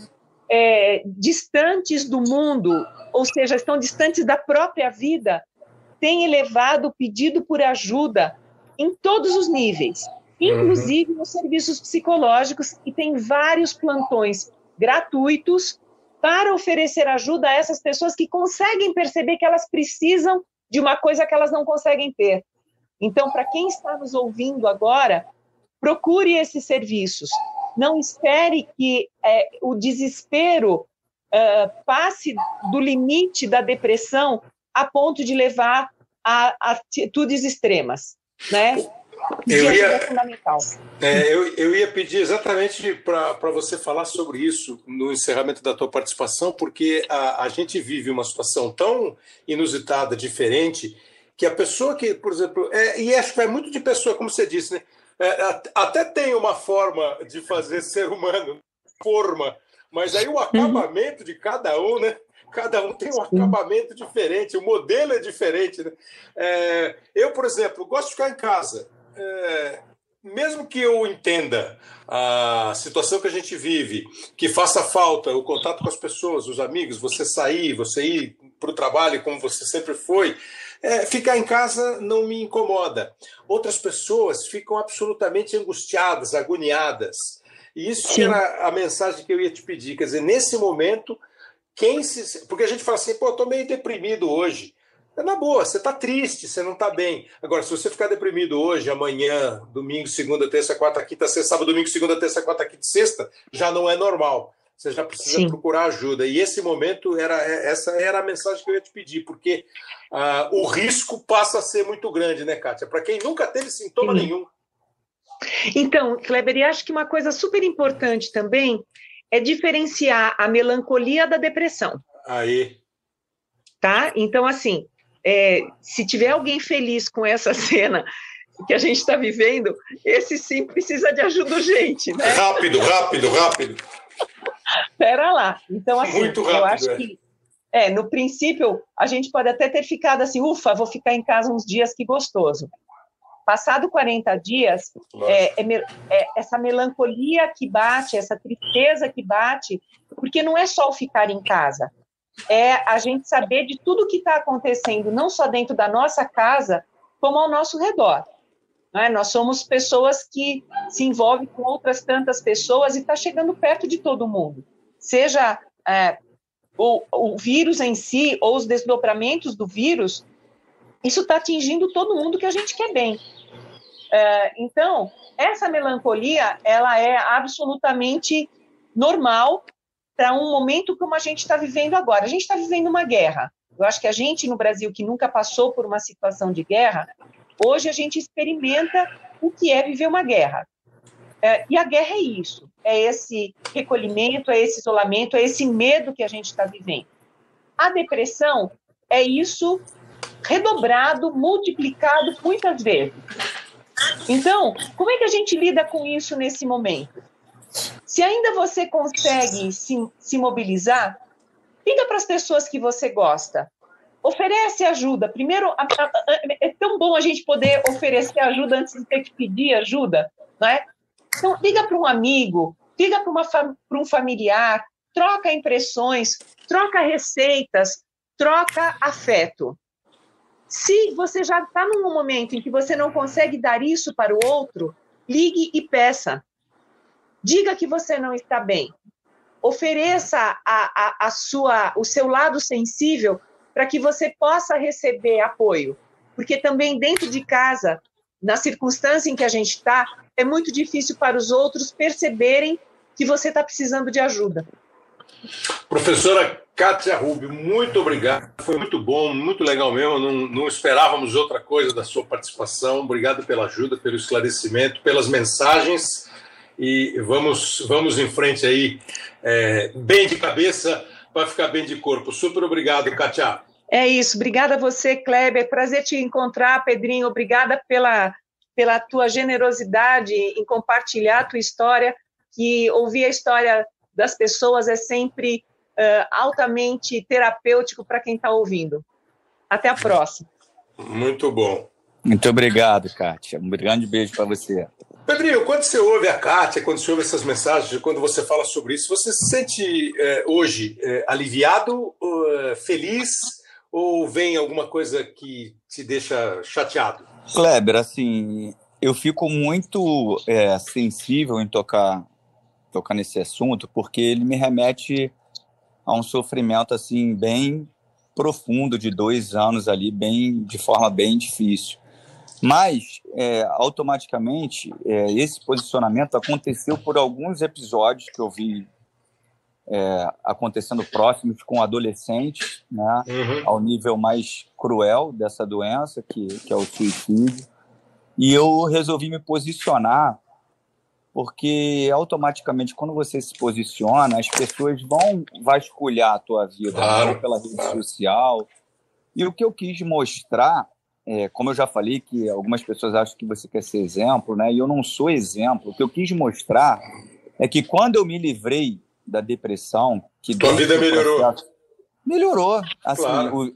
H: distantes do mundo, ou seja, estão distantes da própria vida, tem elevado o pedido por ajuda em todos os níveis, inclusive nos serviços psicológicos, e tem vários plantões gratuitos para oferecer ajuda a essas pessoas que conseguem perceber que elas precisam de uma coisa que elas não conseguem ter. Então, para quem está nos ouvindo agora, procure esses serviços. Não espere que o desespero passe do limite da depressão a ponto de levar a atitudes extremas, né? É fundamental.
A: Eu ia pedir exatamente para você falar sobre isso no encerramento da tua participação, porque a gente vive uma situação tão inusitada, diferente, que a pessoa que, por exemplo, e acho que vai muito de pessoa, como você disse, né? Até tem uma forma de fazer ser humano, mas aí o acabamento de cada um, né? Cada um tem um acabamento diferente, o modelo é diferente, né? Eu, por exemplo, gosto de ficar em casa. Mesmo que eu entenda a situação que a gente vive, que faça falta o contato com as pessoas, os amigos, você ir para o trabalho como você sempre foi, ficar em casa não me incomoda. Outras pessoas ficam absolutamente angustiadas, agoniadas. E isso era a mensagem que eu ia te pedir. Quer dizer, nesse momento, porque a gente fala assim, estou meio deprimido hoje. Na boa, você está triste, você não está bem. Agora, se você ficar deprimido hoje, amanhã, domingo, segunda, terça, quarta, quinta, sexta, sábado, domingo, segunda, terça, quarta, quinta, sexta, já não é normal. Você já precisa procurar ajuda. E esse momento, essa era a mensagem que eu ia te pedir, porque o risco passa a ser muito grande, né, Kátia? Para quem nunca teve sintoma nenhum.
H: Então, Kleber, e acho que uma coisa super importante também é diferenciar a melancolia da depressão.
A: Aí.
H: Tá? Então, assim, se tiver alguém feliz com essa cena que a gente está vivendo, esse sim precisa de ajuda urgente, né?
A: Rápido.
H: Pera lá. Então, assim,
A: muito rápido,
H: eu acho que, no princípio, a gente pode até ter ficado assim, ufa, vou ficar em casa uns dias, que gostoso. Passado 40 dias, essa melancolia que bate, essa tristeza que bate, porque não é só o ficar em casa, é a gente saber de tudo que está acontecendo, não só dentro da nossa casa, como ao nosso redor. Né? Nós somos pessoas que se envolvem com outras tantas pessoas e está chegando perto de todo mundo. Seja o vírus em si ou os desdobramentos do vírus, isso está atingindo todo mundo que a gente quer bem. Então, essa melancolia, ela é absolutamente normal para um momento como a gente está vivendo agora. A gente está vivendo uma guerra. Eu acho que a gente, no Brasil, que nunca passou por uma situação de guerra, hoje a gente experimenta o que é viver uma guerra. E a guerra é isso, é esse recolhimento, é esse isolamento, é esse medo que a gente está vivendo. A depressão é isso redobrado, multiplicado muitas vezes. Então, como é que a gente lida com isso nesse momento? Se ainda você consegue se mobilizar, liga para as pessoas que você gosta. Oferece ajuda. Primeiro, é tão bom a gente poder oferecer ajuda antes de ter que pedir ajuda, não é? Então, liga para um amigo, liga para um familiar, troca impressões, troca receitas, troca afeto. Se você já está num momento em que você não consegue dar isso para o outro, ligue e peça. Diga que você não está bem. ofereça o seu lado sensível para que você possa receber apoio. Porque também dentro de casa, na circunstância em que a gente está, é muito difícil para os outros perceberem que você está precisando de ajuda.
A: Professora Kátia Rubio, muito obrigado. Foi muito bom, muito legal mesmo. Não esperávamos outra coisa da sua participação. Obrigado pela ajuda, pelo esclarecimento, pelas mensagens. E vamos em frente aí, bem de cabeça, para ficar bem de corpo. Super obrigado, Kátia.
H: É isso. Obrigada a você, Kleber. Prazer te encontrar, Pedrinho. Obrigada pela tua generosidade em compartilhar a tua história, que ouvir a história das pessoas é sempre altamente terapêutico para quem está ouvindo. Até a próxima.
A: Muito bom.
G: Muito obrigado, Kátia. Um grande beijo para você.
A: Pedrinho, quando você ouve a Kátia, quando você ouve essas mensagens, quando você fala sobre isso, você se sente hoje aliviado, feliz, ou vem alguma coisa que te deixa chateado?
G: Kleber, assim, eu fico muito sensível em tocar nesse assunto, porque ele me remete a um sofrimento assim bem profundo de 2 anos ali, de forma bem difícil. Mas, automaticamente, esse posicionamento aconteceu por alguns episódios que eu vi acontecendo próximos com adolescentes, né, ao nível mais cruel dessa doença, que é o suicídio. E eu resolvi me posicionar, porque automaticamente, quando você se posiciona, as pessoas vão vasculhar a tua vida, claro, pela rede social. E o que eu quis mostrar, como eu já falei, que algumas pessoas acham que você quer ser exemplo, né? E eu não sou exemplo. O que eu quis mostrar é que quando eu me livrei da depressão... que
A: tua vida melhorou.
G: Melhorou. Assim,
A: claro.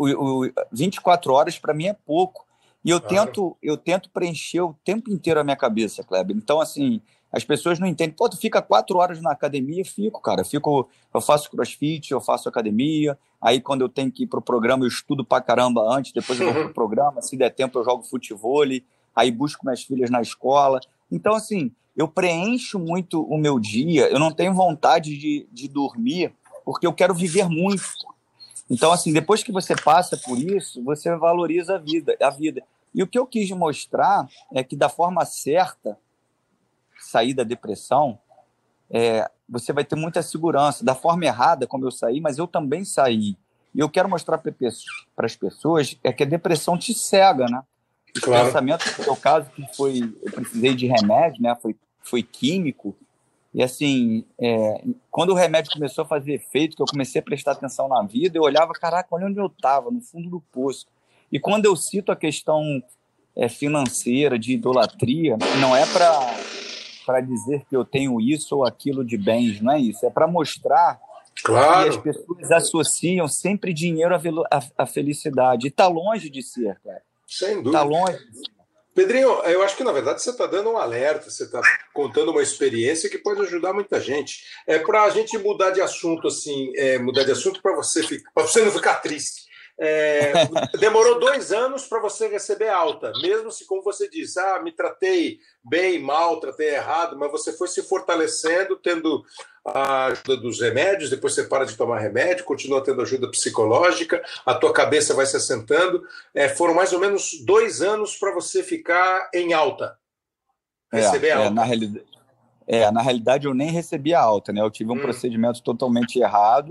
G: 24 horas, para mim, é pouco. E eu tento preencher o tempo inteiro a minha cabeça, Kleber. Então, assim, as pessoas não entendem. Pô, tu fica 4 horas na academia? Fico, cara. Eu faço crossfit, eu faço academia. Aí, quando eu tenho que ir pro programa, eu estudo pra caramba antes. Depois eu vou pro programa. Se der tempo, eu jogo futevôlei. Aí busco minhas filhas na escola. Então, assim, eu preencho muito o meu dia. Eu não tenho vontade de dormir, porque eu quero viver muito. Então, assim, depois que você passa por isso, você valoriza a vida. E o que eu quis mostrar é que, da forma certa, sair da depressão, você vai ter muita segurança. Da forma errada, como eu saí, mas eu também saí. E eu quero mostrar para as pessoas que a depressão te cega, né? Os pensamentos, no meu caso, eu precisei de remédio, né? Foi químico. E, assim, quando o remédio começou a fazer efeito, que eu comecei a prestar atenção na vida, eu olhava, caraca, olha onde eu estava, no fundo do poço. E quando eu cito a questão financeira, de idolatria, não é para dizer que eu tenho isso ou aquilo de bens, não é isso. É para mostrar que as pessoas associam sempre dinheiro à felicidade. E está longe de ser, cara.
A: Sem dúvida.
G: Está longe de ser.
A: Pedrinho, eu acho que, na verdade, você está dando um alerta, você está contando uma experiência que pode ajudar muita gente. Para a gente mudar de assunto, assim, para você não ficar triste. Demorou 2 anos para você receber alta, mesmo se, como você disse, me tratei bem, mal, tratei errado, mas você foi se fortalecendo, tendo a ajuda dos remédios, depois você para de tomar remédio, continua tendo ajuda psicológica, a tua cabeça vai se assentando. Foram mais ou menos 2 anos para você ficar em alta, receber alta.
G: Na realidade, eu nem recebi a alta, né? Eu tive um procedimento totalmente errado,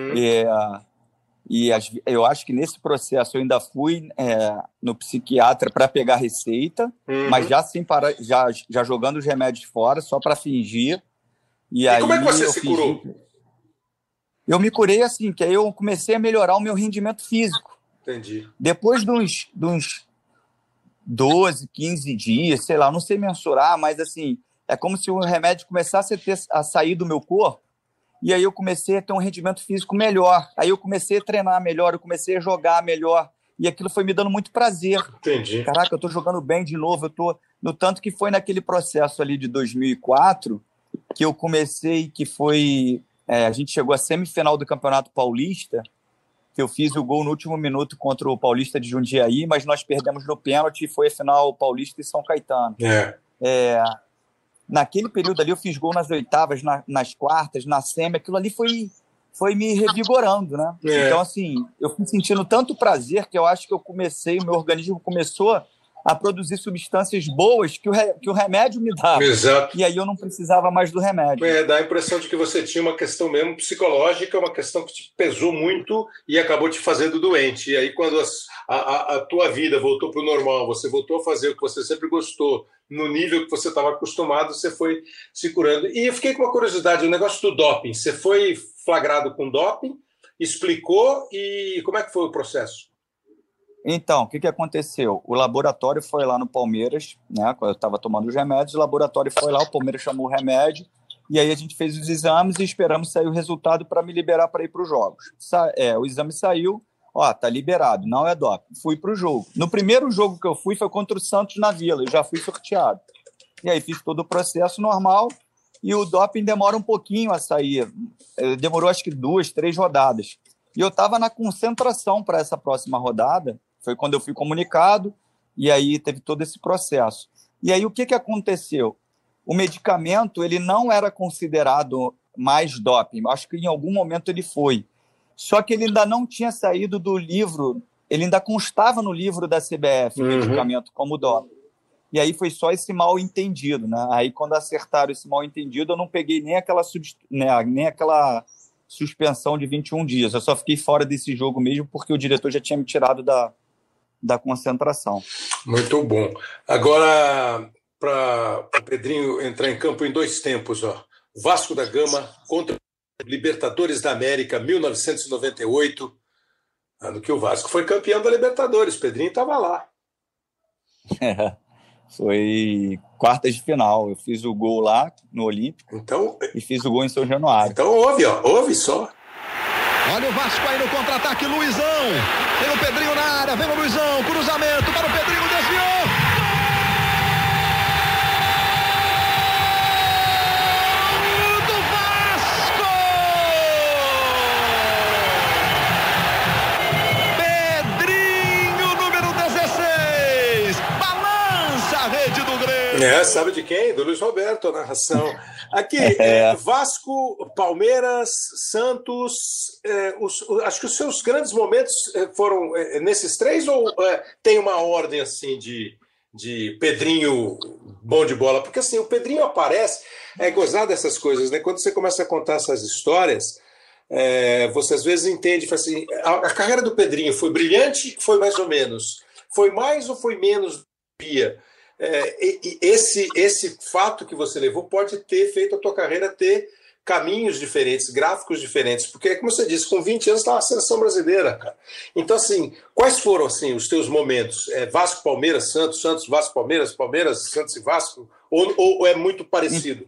G: e eu acho que nesse processo eu ainda fui no psiquiatra para pegar receita, mas já sem parar, já jogando os remédios fora, só para fingir. E aí,
A: como é que você se curou?
G: Eu me curei assim, que aí eu comecei a melhorar o meu rendimento físico.
A: Entendi.
G: Depois de uns 12, 15 dias, sei lá, não sei mensurar, mas assim, é como se o remédio começasse a sair do meu corpo. E aí eu comecei a ter um rendimento físico melhor. Aí eu comecei a treinar melhor, eu comecei a jogar melhor. E aquilo foi me dando muito prazer.
A: Entendi.
G: Caraca, eu tô jogando bem de novo. No tanto que foi naquele processo ali de 2004 que eu comecei, que foi... a gente chegou à semifinal do Campeonato Paulista, que eu fiz o gol no último minuto contra o Paulista de Jundiaí, mas nós perdemos no pênalti e foi a final Paulista e São Caetano. naquele período ali eu fiz gol nas oitavas, nas quartas, na semi, aquilo ali foi me revigorando, né? Então, assim, eu fui sentindo tanto prazer que eu acho que o meu organismo começou a produzir substâncias boas que o remédio me dava.
A: Exato.
G: E aí eu não precisava mais do remédio.
A: Dá a impressão de que você tinha uma questão mesmo psicológica, uma questão que te pesou muito e acabou te fazendo doente. E aí, quando a tua vida voltou para o normal, você voltou a fazer o que você sempre gostou, no nível que você estava acostumado, você foi se curando. E eu fiquei com uma curiosidade, o negócio do doping. Você foi flagrado com doping, explicou, e como é que foi o processo?
G: Então, o que aconteceu? O laboratório foi lá no Palmeiras, né? Quando eu estava tomando os remédios, o laboratório foi lá, o Palmeiras chamou o remédio, e aí a gente fez os exames e esperamos sair o resultado para me liberar para ir para os jogos. O exame saiu, tá liberado, não é doping. Fui para o jogo. No primeiro jogo que eu fui foi contra o Santos na Vila, eu já fui sorteado. E aí fiz todo o processo normal, e o doping demora um pouquinho a sair. Demorou acho que 2, 3 rodadas. E eu estava na concentração para essa próxima rodada, foi quando eu fui comunicado, e aí teve todo esse processo. E aí o que aconteceu? O medicamento ele não era considerado mais doping, acho que em algum momento ele foi. Só que ele ainda não tinha saído do livro, ele ainda constava no livro da CBF, o medicamento como doping. E aí foi só esse mal entendido, né? Aí quando acertaram esse mal entendido, eu não peguei nem aquela suspensão de 21 dias. Eu só fiquei fora desse jogo mesmo porque o diretor já tinha me tirado da concentração.
A: Muito bom. Agora, para o Pedrinho entrar em campo em 2 tempos, Vasco da Gama contra Libertadores da América, 1998, ano que o Vasco foi campeão da Libertadores. Pedrinho estava lá.
G: Foi quartas de final. Eu fiz o gol lá no Olímpico e fiz o gol em São Januário.
A: Então ouve só.
B: Olha o Vasco aí no contra-ataque, Luizão. Tem o Pedrinho na área, vem o Luizão, cruzamento para o Pedrinho, desviou. Do Vasco! Pedrinho, número 16. Balança a rede do Grêmio.
A: Sabe de quem? Do Luiz Roberto, a narração. Aqui, Vasco, Palmeiras, Santos, acho que os seus grandes momentos foram nesses 3 ou tem uma ordem assim de Pedrinho bom de bola? Porque assim, o Pedrinho aparece, gozado dessas coisas, né? Quando você começa a contar essas histórias, você às vezes entende, fala assim, a carreira do Pedrinho foi brilhante, foi mais ou menos? Foi mais ou foi menos Pia? Esse fato que você levou pode ter feito a tua carreira ter caminhos diferentes, gráficos diferentes, porque, como você disse, com 20 anos estava na seleção brasileira, cara. Então, assim, quais foram assim, os teus momentos? Vasco, Palmeiras, Santos, Santos, Vasco, Palmeiras, Palmeiras, Santos e Vasco? Ou é muito parecido?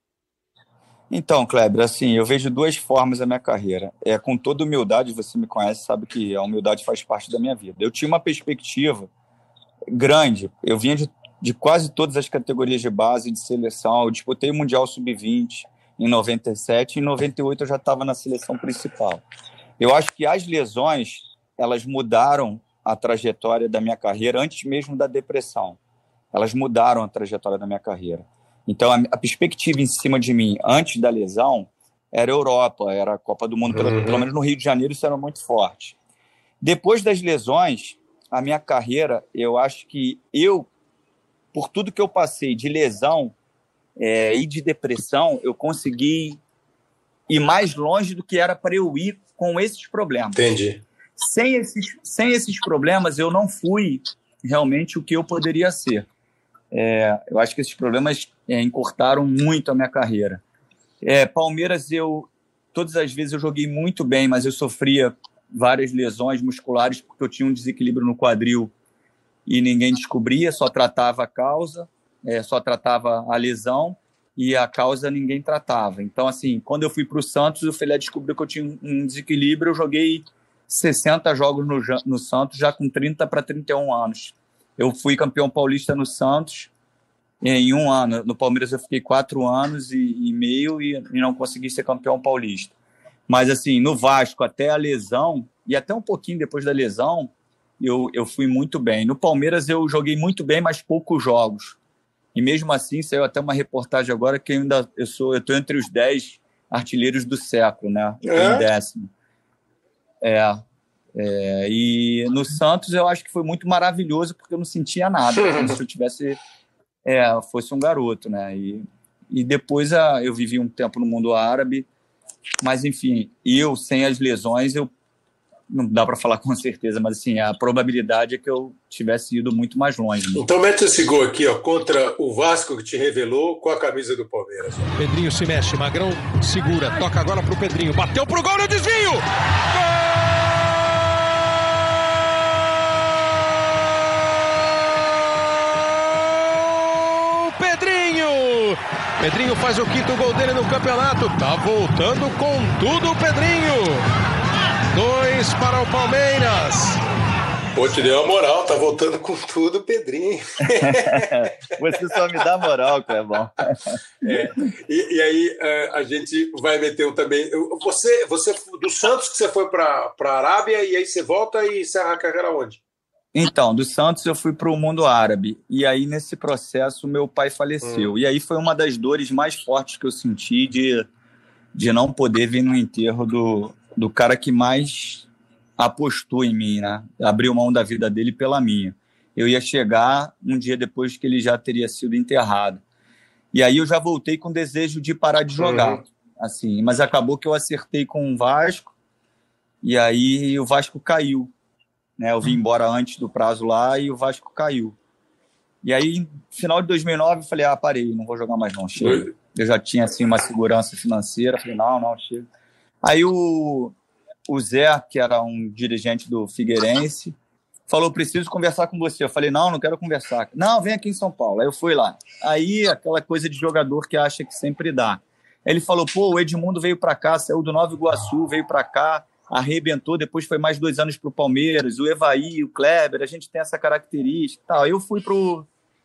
G: Então, Kleber, assim, eu vejo 2 formas a minha carreira. Com toda humildade, você me conhece, sabe que a humildade faz parte da minha vida. Eu tinha uma perspectiva grande, eu vinha de quase todas as categorias de base, de seleção. Eu disputei o Mundial Sub-20 em 97, e em 98 eu já estava na seleção principal. Eu acho que as lesões, elas mudaram a trajetória da minha carreira antes mesmo da depressão. Elas mudaram a trajetória da minha carreira. Então, a perspectiva em cima de mim antes da lesão era a Europa, era a Copa do Mundo, pelo menos no Rio de Janeiro isso era muito forte. Depois das lesões, a minha carreira, eu acho que por tudo que eu passei de lesão e de depressão, eu consegui ir mais longe do que era para eu ir com esses problemas.
A: Entendi.
G: Sem esses problemas, eu não fui realmente o que eu poderia ser. Eu acho que esses problemas encurtaram muito a minha carreira. Palmeiras, todas as vezes eu joguei muito bem, mas eu sofria várias lesões musculares porque eu tinha um desequilíbrio no quadril e ninguém descobria, só tratava a causa, só tratava a lesão, e a causa ninguém tratava. Então, assim, quando eu fui para o Santos, o Pelé descobriu que eu tinha um desequilíbrio, eu joguei 60 jogos no Santos, já com 30 para 31 anos. Eu fui campeão paulista no Santos em 1 ano. No Palmeiras eu fiquei 4 anos e meio e não consegui ser campeão paulista. Mas, assim, no Vasco, até a lesão, e até um pouquinho depois da lesão, eu fui muito bem. No Palmeiras eu joguei muito bem, mas poucos jogos. E mesmo assim, saiu até uma reportagem agora que eu estou entre os 10 artilheiros do século, né? Eu tô em 10º. E no Santos eu acho que foi muito maravilhoso porque eu não sentia nada, como se eu tivesse fosse um garoto, né? E depois eu vivi um tempo no mundo árabe, mas enfim, eu sem as lesões não dá para falar com certeza, mas assim, a probabilidade é que eu tivesse ido muito mais longe. Né?
A: Então mete esse gol aqui, ó, contra o Vasco que te revelou com a camisa do Palmeiras. Ó.
B: Pedrinho se mexe, Magrão segura, toca agora pro Pedrinho, bateu pro gol, no desvio! Gol! Pedrinho faz o 5º gol dele no campeonato, tá voltando com tudo o Pedrinho. 2 para o Palmeiras.
A: Pô, te deu uma moral, tá voltando com tudo, Pedrinho.
G: Você só me dá moral, Clebão.
A: E aí a gente vai meter também. Você do Santos que você foi para a Arábia e aí você volta e encerra a carreira onde?
G: Então, do Santos eu fui para o mundo árabe. E aí, nesse processo, meu pai faleceu. E aí foi uma das dores mais fortes que eu senti de não poder vir no enterro do cara que mais apostou em mim, né? Abriu mão da vida dele pela minha. Eu ia chegar um dia depois que ele já teria sido enterrado. E aí eu já voltei com desejo de parar de jogar. Assim, mas acabou que eu acertei com o Vasco e aí o Vasco caiu. Né? Eu vim embora antes do prazo lá e o Vasco caiu. E aí, no final de 2009, eu falei, parei, não vou jogar mais não, chega. Eu já tinha assim, uma segurança financeira, falei, não, chega. Aí o Zé, que era um dirigente do Figueirense, falou, preciso conversar com você. Eu falei, não quero conversar. Não, vem aqui em São Paulo. Aí eu fui lá. Aí, aquela coisa de jogador que acha que sempre dá. Aí ele falou, o Edmundo veio para cá, saiu do Nova Iguaçu, veio para cá, arrebentou, depois foi mais 2 anos para o Palmeiras, o Evaí, o Kleber, a gente tem essa característica e tal. Aí eu fui pro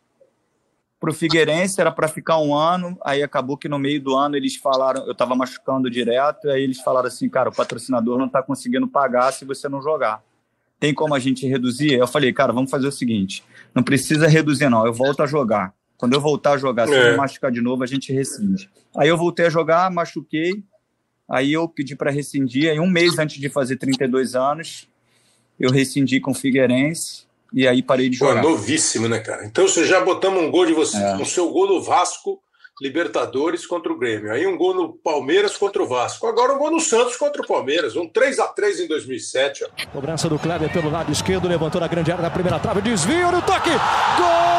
G: Figueirense, era para ficar 1 ano, aí acabou que no meio do ano eles falaram, eu estava machucando direto, aí eles falaram assim, cara, o patrocinador não está conseguindo pagar se você não jogar. Tem como a gente reduzir? Eu falei, cara, vamos fazer o seguinte, não precisa reduzir não, eu volto a jogar. Quando eu voltar a jogar, se eu me machucar de novo, a gente rescinde. Aí eu voltei a jogar, machuquei, aí eu pedi para rescindir, aí 1 mês antes de fazer 32 anos, eu rescindi com o Figueirense, e aí parei de jogar.
A: Novíssimo, né, cara? Então você já botamos um gol de você, o seu gol no Vasco, Libertadores contra o Grêmio. Aí um gol no Palmeiras contra o Vasco. Agora um gol no Santos contra o Palmeiras. 3-3 em 2007. Ó.
B: Cobrança do Kleber pelo lado esquerdo, levantou na grande área da primeira trave, desvio no toque. Gol!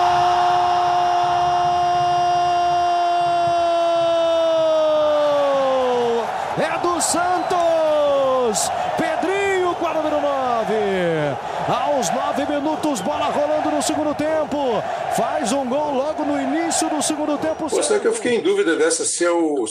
B: É do Santos! Pedrinho com a número 9. Aos 9 minutos, bola rolando no segundo tempo. Faz um gol logo no início do segundo tempo.
A: Você que eu fiquei em dúvida dessa, se é o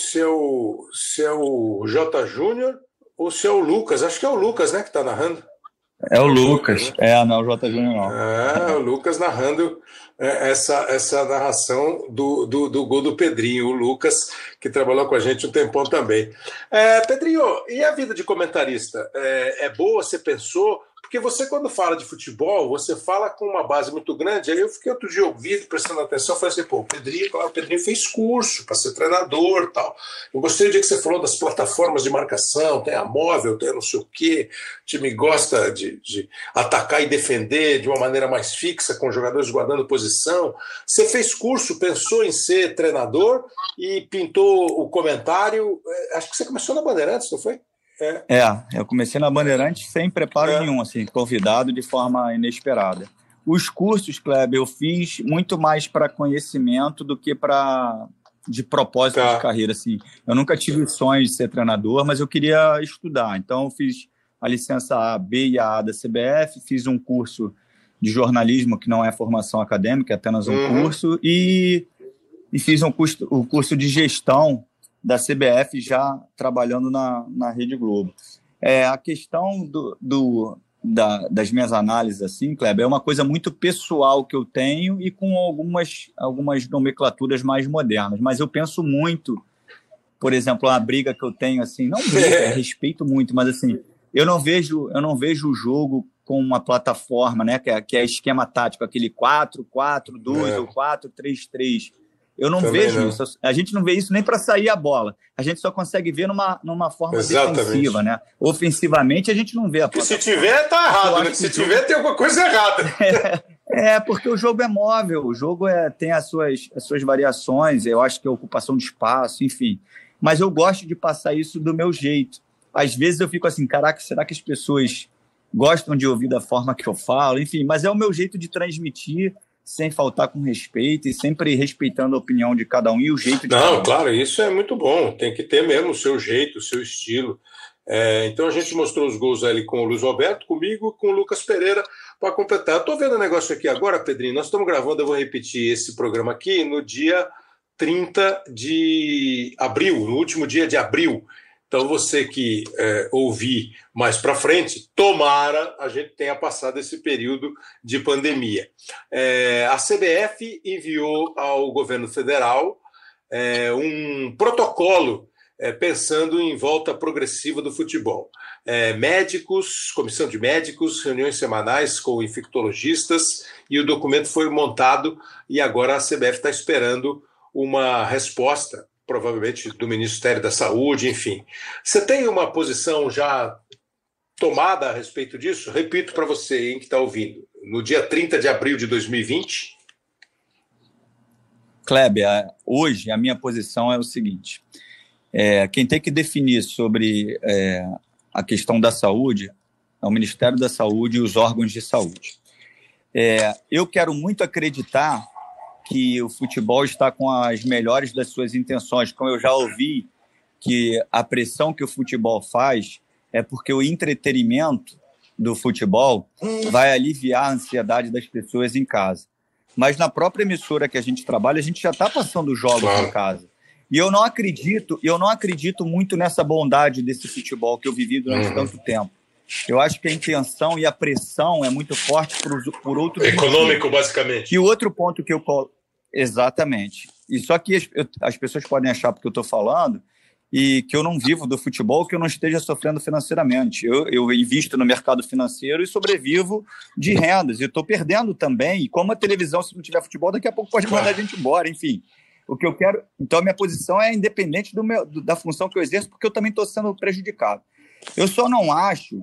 A: J. Júnior ou se é o Lucas. Acho que é o Lucas, né, que está narrando.
G: É o Lucas. Não, o J. Júnior não.
A: É, o Lucas narrando essa narração do gol do Pedrinho. O Lucas, que trabalhou com a gente um tempão também. Pedrinho, e a vida de comentarista? É boa? Você pensou? Porque você, quando fala de futebol, você fala com uma base muito grande. Aí eu fiquei outro dia ouvindo, prestando atenção, falei assim, o Pedrinho fez curso para ser treinador e tal. Eu gostei do dia que você falou das plataformas de marcação, tem a móvel, tem não sei o quê. O time gosta de atacar e defender de uma maneira mais fixa, com jogadores guardando posição. Você fez curso, pensou em ser treinador e pintou o comentário. Acho que você começou na Bandeirantes, não foi?
G: Eu comecei na Bandeirantes sem preparo nenhum, assim, convidado de forma inesperada. Os cursos, Kleber, eu fiz muito mais para conhecimento do que de propósito de carreira, assim. Eu nunca tive o sonho de ser treinador, mas eu queria estudar. Então, eu fiz a licença A, B e A da CBF, fiz um curso de jornalismo, que não é formação acadêmica, é apenas um curso, e fiz o curso de gestão da CBF já trabalhando na Rede Globo. A questão das minhas análises, assim, Kleber, é uma coisa muito pessoal que eu tenho e com algumas nomenclaturas mais modernas. Mas eu penso muito, por exemplo, a briga que eu tenho, assim, não briga, respeito muito, mas assim, eu não vejo o jogo com uma plataforma, né, que é esquema tático, aquele 4-4-2 ou 4-3-3. Eu não vejo isso. A gente não vê isso nem para sair a bola. A gente só consegue ver numa forma defensiva, né? Ofensivamente, a gente não vê a plataforma.
A: E se tiver, tá errado, né? Se tiver, tem alguma coisa errada.
G: Porque o jogo é móvel, o jogo tem as suas variações, eu acho que é ocupação de espaço, enfim. Mas eu gosto de passar isso do meu jeito. Às vezes eu fico assim, caraca, será que as pessoas gostam de ouvir da forma que eu falo? Enfim, mas é o meu jeito de transmitir, sem faltar com respeito e sempre respeitando a opinião de cada um e o jeito de cada um.
A: Claro, isso é muito bom. Tem que ter mesmo o seu jeito, o seu estilo. Então a gente mostrou os gols ali com o Luiz Roberto, comigo e com o Lucas Pereira para completar. Eu estou vendo um negócio aqui agora, Pedrinho. Nós estamos gravando, eu vou repetir esse programa aqui no dia 30 de abril, no último dia de abril. Então, você que ouvir mais para frente, tomara a gente tenha passado esse período de pandemia. A CBF enviou ao governo federal um protocolo pensando em volta progressiva do futebol. Médicos, comissão de médicos, reuniões semanais com infectologistas, e o documento foi montado e agora a CBF está esperando uma resposta, provavelmente do Ministério da Saúde, enfim. Você tem uma posição já tomada a respeito disso? Repito para você, que está ouvindo. No dia 30 de abril de 2020...
G: Kleber, hoje a minha posição é o seguinte. Quem tem que definir sobre a questão da saúde é o Ministério da Saúde e os órgãos de saúde. Eu quero muito acreditar que o futebol está com as melhores das suas intenções. Como eu já ouvi, que a pressão que o futebol faz é porque o entretenimento do futebol vai aliviar a ansiedade das pessoas em casa. Mas na própria emissora que a gente trabalha, a gente já está passando jogos em casa. E eu não acredito muito nessa bondade desse futebol que eu vivi durante tanto tempo. Eu acho que a intenção e a pressão é muito forte por outro
A: econômico,
G: motivo.
A: Basicamente.
G: E o outro ponto que eu coloco... Exatamente. E só que as pessoas podem achar, porque eu estou falando, e que eu não vivo do futebol, que eu não esteja sofrendo financeiramente. Eu invisto no mercado financeiro e sobrevivo de rendas. E estou perdendo também. E como a televisão, se não tiver futebol, daqui a pouco pode mandar a gente embora. Enfim, o que eu quero... Então, a minha posição é independente da função que eu exerço, porque eu também estou sendo prejudicado. Eu só não acho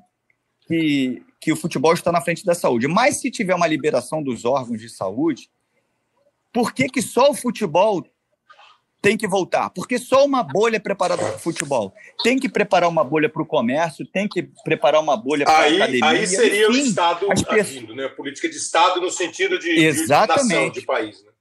G: que o futebol está na frente da saúde. Mas se tiver uma liberação dos órgãos de saúde, por que só o futebol tem que voltar? Porque só uma bolha é preparada para o futebol. Tem que preparar uma bolha para o comércio, tem que preparar uma bolha para a academia.
A: Aí seria o Estado agindo, né? A política de Estado no sentido de nação, de país. Né?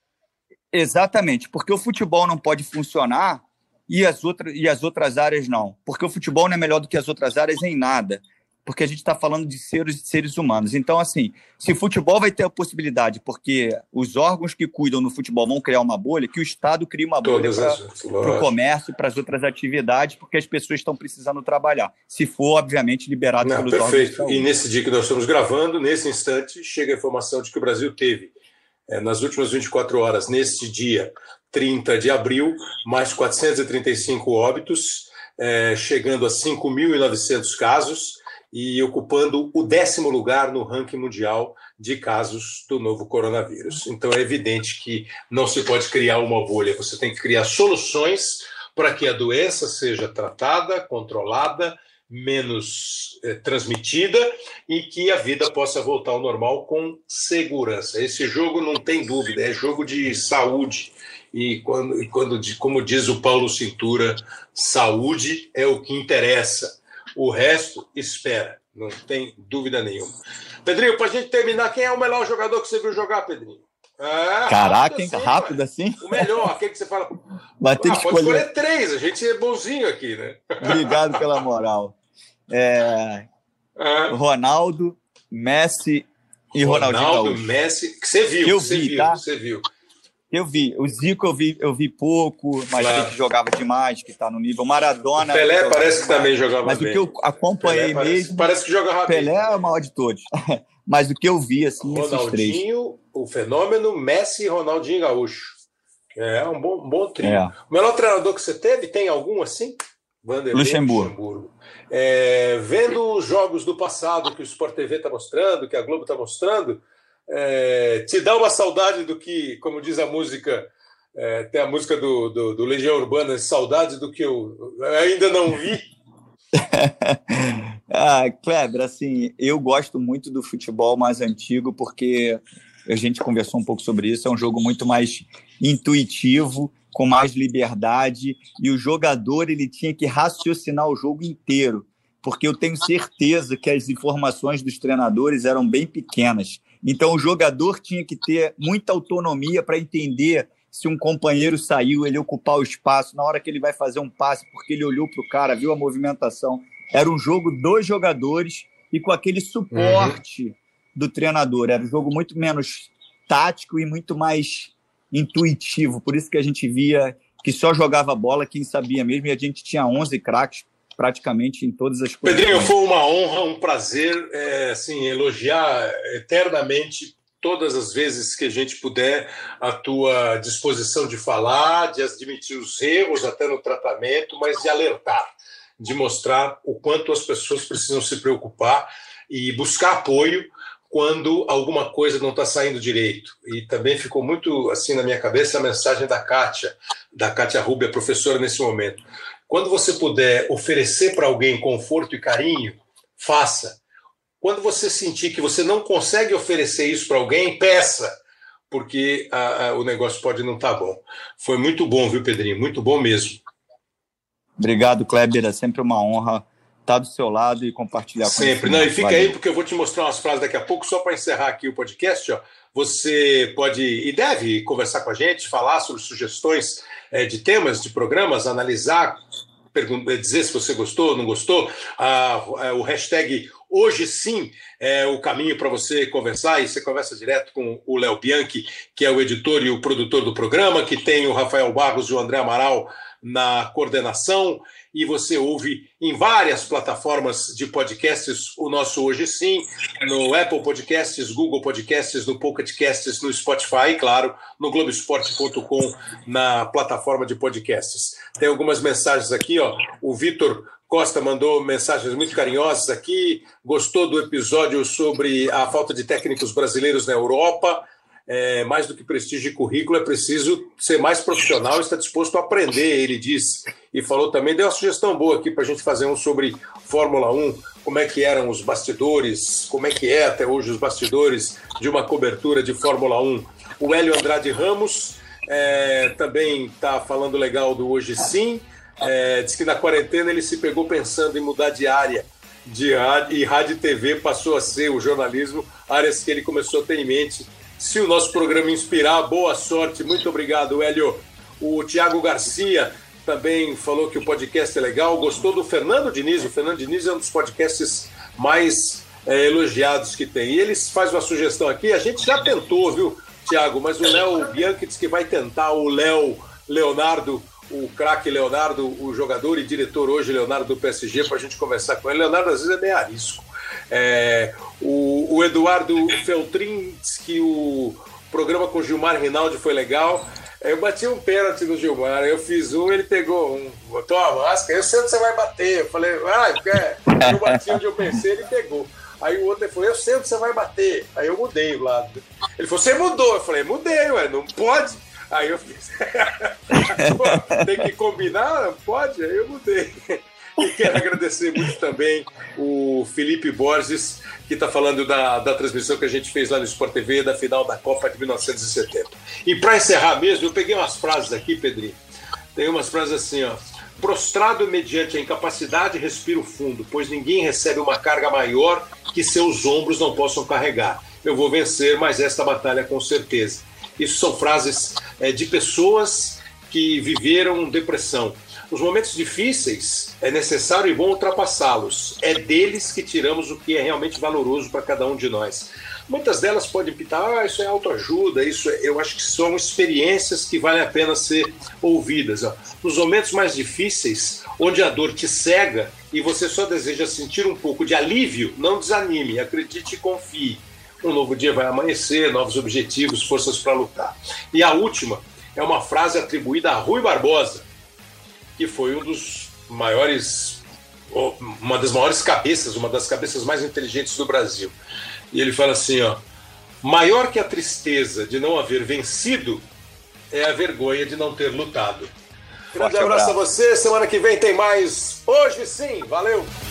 G: Exatamente, porque o futebol não pode funcionar e as outras áreas não. Porque o futebol não é melhor do que as outras áreas em nada. Porque a gente está falando de seres humanos. Então, assim, se o futebol vai ter a possibilidade, porque os órgãos que cuidam do futebol vão criar uma bolha, que o Estado crie uma bolha para o comércio, para as outras atividades, porque as pessoas estão precisando trabalhar. Se for, obviamente, liberado pelos órgãos de saúde.
A: E nesse dia que nós estamos gravando, nesse instante, chega a informação de que o Brasil teve, nas últimas 24 horas, nesse dia 30 de abril, mais 435 óbitos, chegando a 5.900 casos, e ocupando o 10º lugar no ranking mundial de casos do novo coronavírus. Então é evidente que não se pode criar uma bolha, você tem que criar soluções para que a doença seja tratada, controlada, menos transmitida e que a vida possa voltar ao normal com segurança. Esse jogo não tem dúvida, é jogo de saúde. E como diz o Paulo Cintura, saúde é o que interessa. O resto, espera, não tem dúvida nenhuma. Pedrinho, para a gente terminar, quem é o melhor jogador que você viu jogar, Pedrinho?
G: Caraca, rápido assim?
A: O melhor, aquele que você fala...
G: Pode
A: escolher 3, a gente é bonzinho aqui, né?
G: Obrigado pela moral. Ronaldo, Messi e Ronaldinho Gaúcho.
A: Messi, que você viu, você viu.
G: Eu vi. O Zico eu vi pouco, mas que jogava demais, que está no nível. Maradona...
A: O Pelé parece que também jogava
G: bem. Mas o que eu acompanhei mesmo...
A: Parece que jogava bem.
G: Pelé é o maior de todos. Mas o que eu vi, assim, esses 3.
A: Ronaldinho, o fenômeno, Messi e Ronaldinho Gaúcho. É um bom trio. O melhor treinador que você teve, tem algum assim? Vanderlei Luxemburgo. Vendo os jogos do passado que o Sport TV está mostrando, que a Globo está mostrando, te dá uma saudade do que, como diz a música, tem a música do Legião Urbana, saudades do que eu ainda não vi.
G: Kleber, assim, eu gosto muito do futebol mais antigo porque a gente conversou um pouco sobre isso, é um jogo muito mais intuitivo, com mais liberdade, e o jogador ele tinha que raciocinar o jogo inteiro, porque eu tenho certeza que as informações dos treinadores eram bem pequenas. Então o jogador tinha que ter muita autonomia para entender se um companheiro saiu, ele ocupar o espaço, na hora que ele vai fazer um passe, porque ele olhou para o cara, viu a movimentação. Era um jogo dos jogadores e com aquele suporte do treinador. Era um jogo muito menos tático e muito mais intuitivo. Por isso que a gente via que só jogava bola quem sabia mesmo, e a gente tinha 11 craques praticamente em todas as coisas.
A: Pedrinho, foi uma honra, um prazer assim, elogiar eternamente todas as vezes que a gente puder a tua disposição de falar, de admitir os erros até no tratamento, mas de alertar, de mostrar o quanto as pessoas precisam se preocupar e buscar apoio quando alguma coisa não está saindo direito. E também ficou muito assim na minha cabeça a mensagem da Kátia Rubia, professora nesse momento. Quando você puder oferecer para alguém conforto e carinho, faça. Quando você sentir que você não consegue oferecer isso para alguém, peça, porque o negócio pode não estar bom. Foi muito bom, viu, Pedrinho? Muito bom mesmo.
G: Obrigado, Kleber. É sempre uma honra estar do seu lado e compartilhar com você.
A: Sempre. Não, e fica aí, porque eu vou te mostrar umas frases daqui a pouco, só para encerrar aqui o podcast. Ó. Você pode e deve conversar com a gente, falar sobre sugestões de temas, de programas, analisar, dizer se você gostou ou não gostou. O hashtag Hoje Sim é o caminho para você conversar, e você conversa direto com o Léo Bianchi, que é o editor e o produtor do programa, que tem o Rafael Barros e o André Amaral na coordenação, e você ouve em várias plataformas de podcasts o nosso Hoje Sim, no Apple Podcasts, Google Podcasts, no Pocket Casts, no Spotify e, claro, no Globoesporte.com, na plataforma de podcasts. Tem algumas mensagens aqui, ó. O Vitor Costa mandou mensagens muito carinhosas aqui, gostou do episódio sobre a falta de técnicos brasileiros na Europa. Mais do que prestígio e currículo, é preciso ser mais profissional e estar disposto a aprender, ele diz. E falou também, deu uma sugestão boa aqui para a gente fazer um sobre Fórmula 1, como é que eram os bastidores, como é que é até hoje os bastidores de uma cobertura de Fórmula 1. O Hélio Andrade Ramos também está falando legal do Hoje Sim, diz que na quarentena ele se pegou pensando em mudar de área, e rádio e TV passou a ser o jornalismo, áreas que ele começou a ter em mente. Se o nosso programa inspirar, boa sorte. Muito obrigado, Hélio. O Tiago Garcia também falou que o podcast é legal. Gostou do Fernando Diniz. O Fernando Diniz é um dos podcasts mais elogiados que tem. E ele faz uma sugestão aqui. A gente já tentou, viu, Tiago? Mas o Léo Bianchi disse que vai tentar. O Leonardo, o craque Leonardo, o jogador e diretor hoje, Leonardo do PSG, para a gente conversar com ele. Leonardo, às vezes, é meio arisco. O Eduardo Feltrin diz que o programa com o Gilmar Rinaldi foi legal. Eu bati um pênalti no Gilmar, eu fiz um, ele pegou um, botou a máscara, eu sei onde você vai bater. Eu falei, eu bati onde eu pensei, ele pegou. Aí o outro falou, eu sei onde você vai bater. Aí eu mudei o lado. Ele falou, você mudou. Eu falei, mudei, ué, não pode. Aí eu fiz, tem que combinar, não pode? Aí eu mudei. E quero agradecer muito também o Felipe Borges, que está falando da transmissão que a gente fez lá no Sport TV, da final da Copa de 1970. E para encerrar mesmo, eu peguei umas frases aqui, Pedrinho. Tem umas frases assim, ó. Prostrado mediante a incapacidade, respiro fundo, pois ninguém recebe uma carga maior que seus ombros não possam carregar. Eu vou vencer, mas esta batalha com certeza. Isso são frases de pessoas que viveram depressão. Nos momentos difíceis, é necessário e bom ultrapassá-los. É deles que tiramos o que é realmente valoroso para cada um de nós. Muitas delas podem pintar, isso é autoajuda, eu acho que são experiências que valem a pena ser ouvidas. Ó. Nos momentos mais difíceis, onde a dor te cega e você só deseja sentir um pouco de alívio, não desanime, acredite e confie. Um novo dia vai amanhecer, novos objetivos, forças para lutar. E a última é uma frase atribuída a Rui Barbosa, que foi um dos maiores cabeças, uma das cabeças mais inteligentes do Brasil. E ele fala assim, ó: maior que a tristeza de não haver vencido é a vergonha de não ter lutado. Grande abraço a você, semana que vem tem mais Hoje Sim, valeu!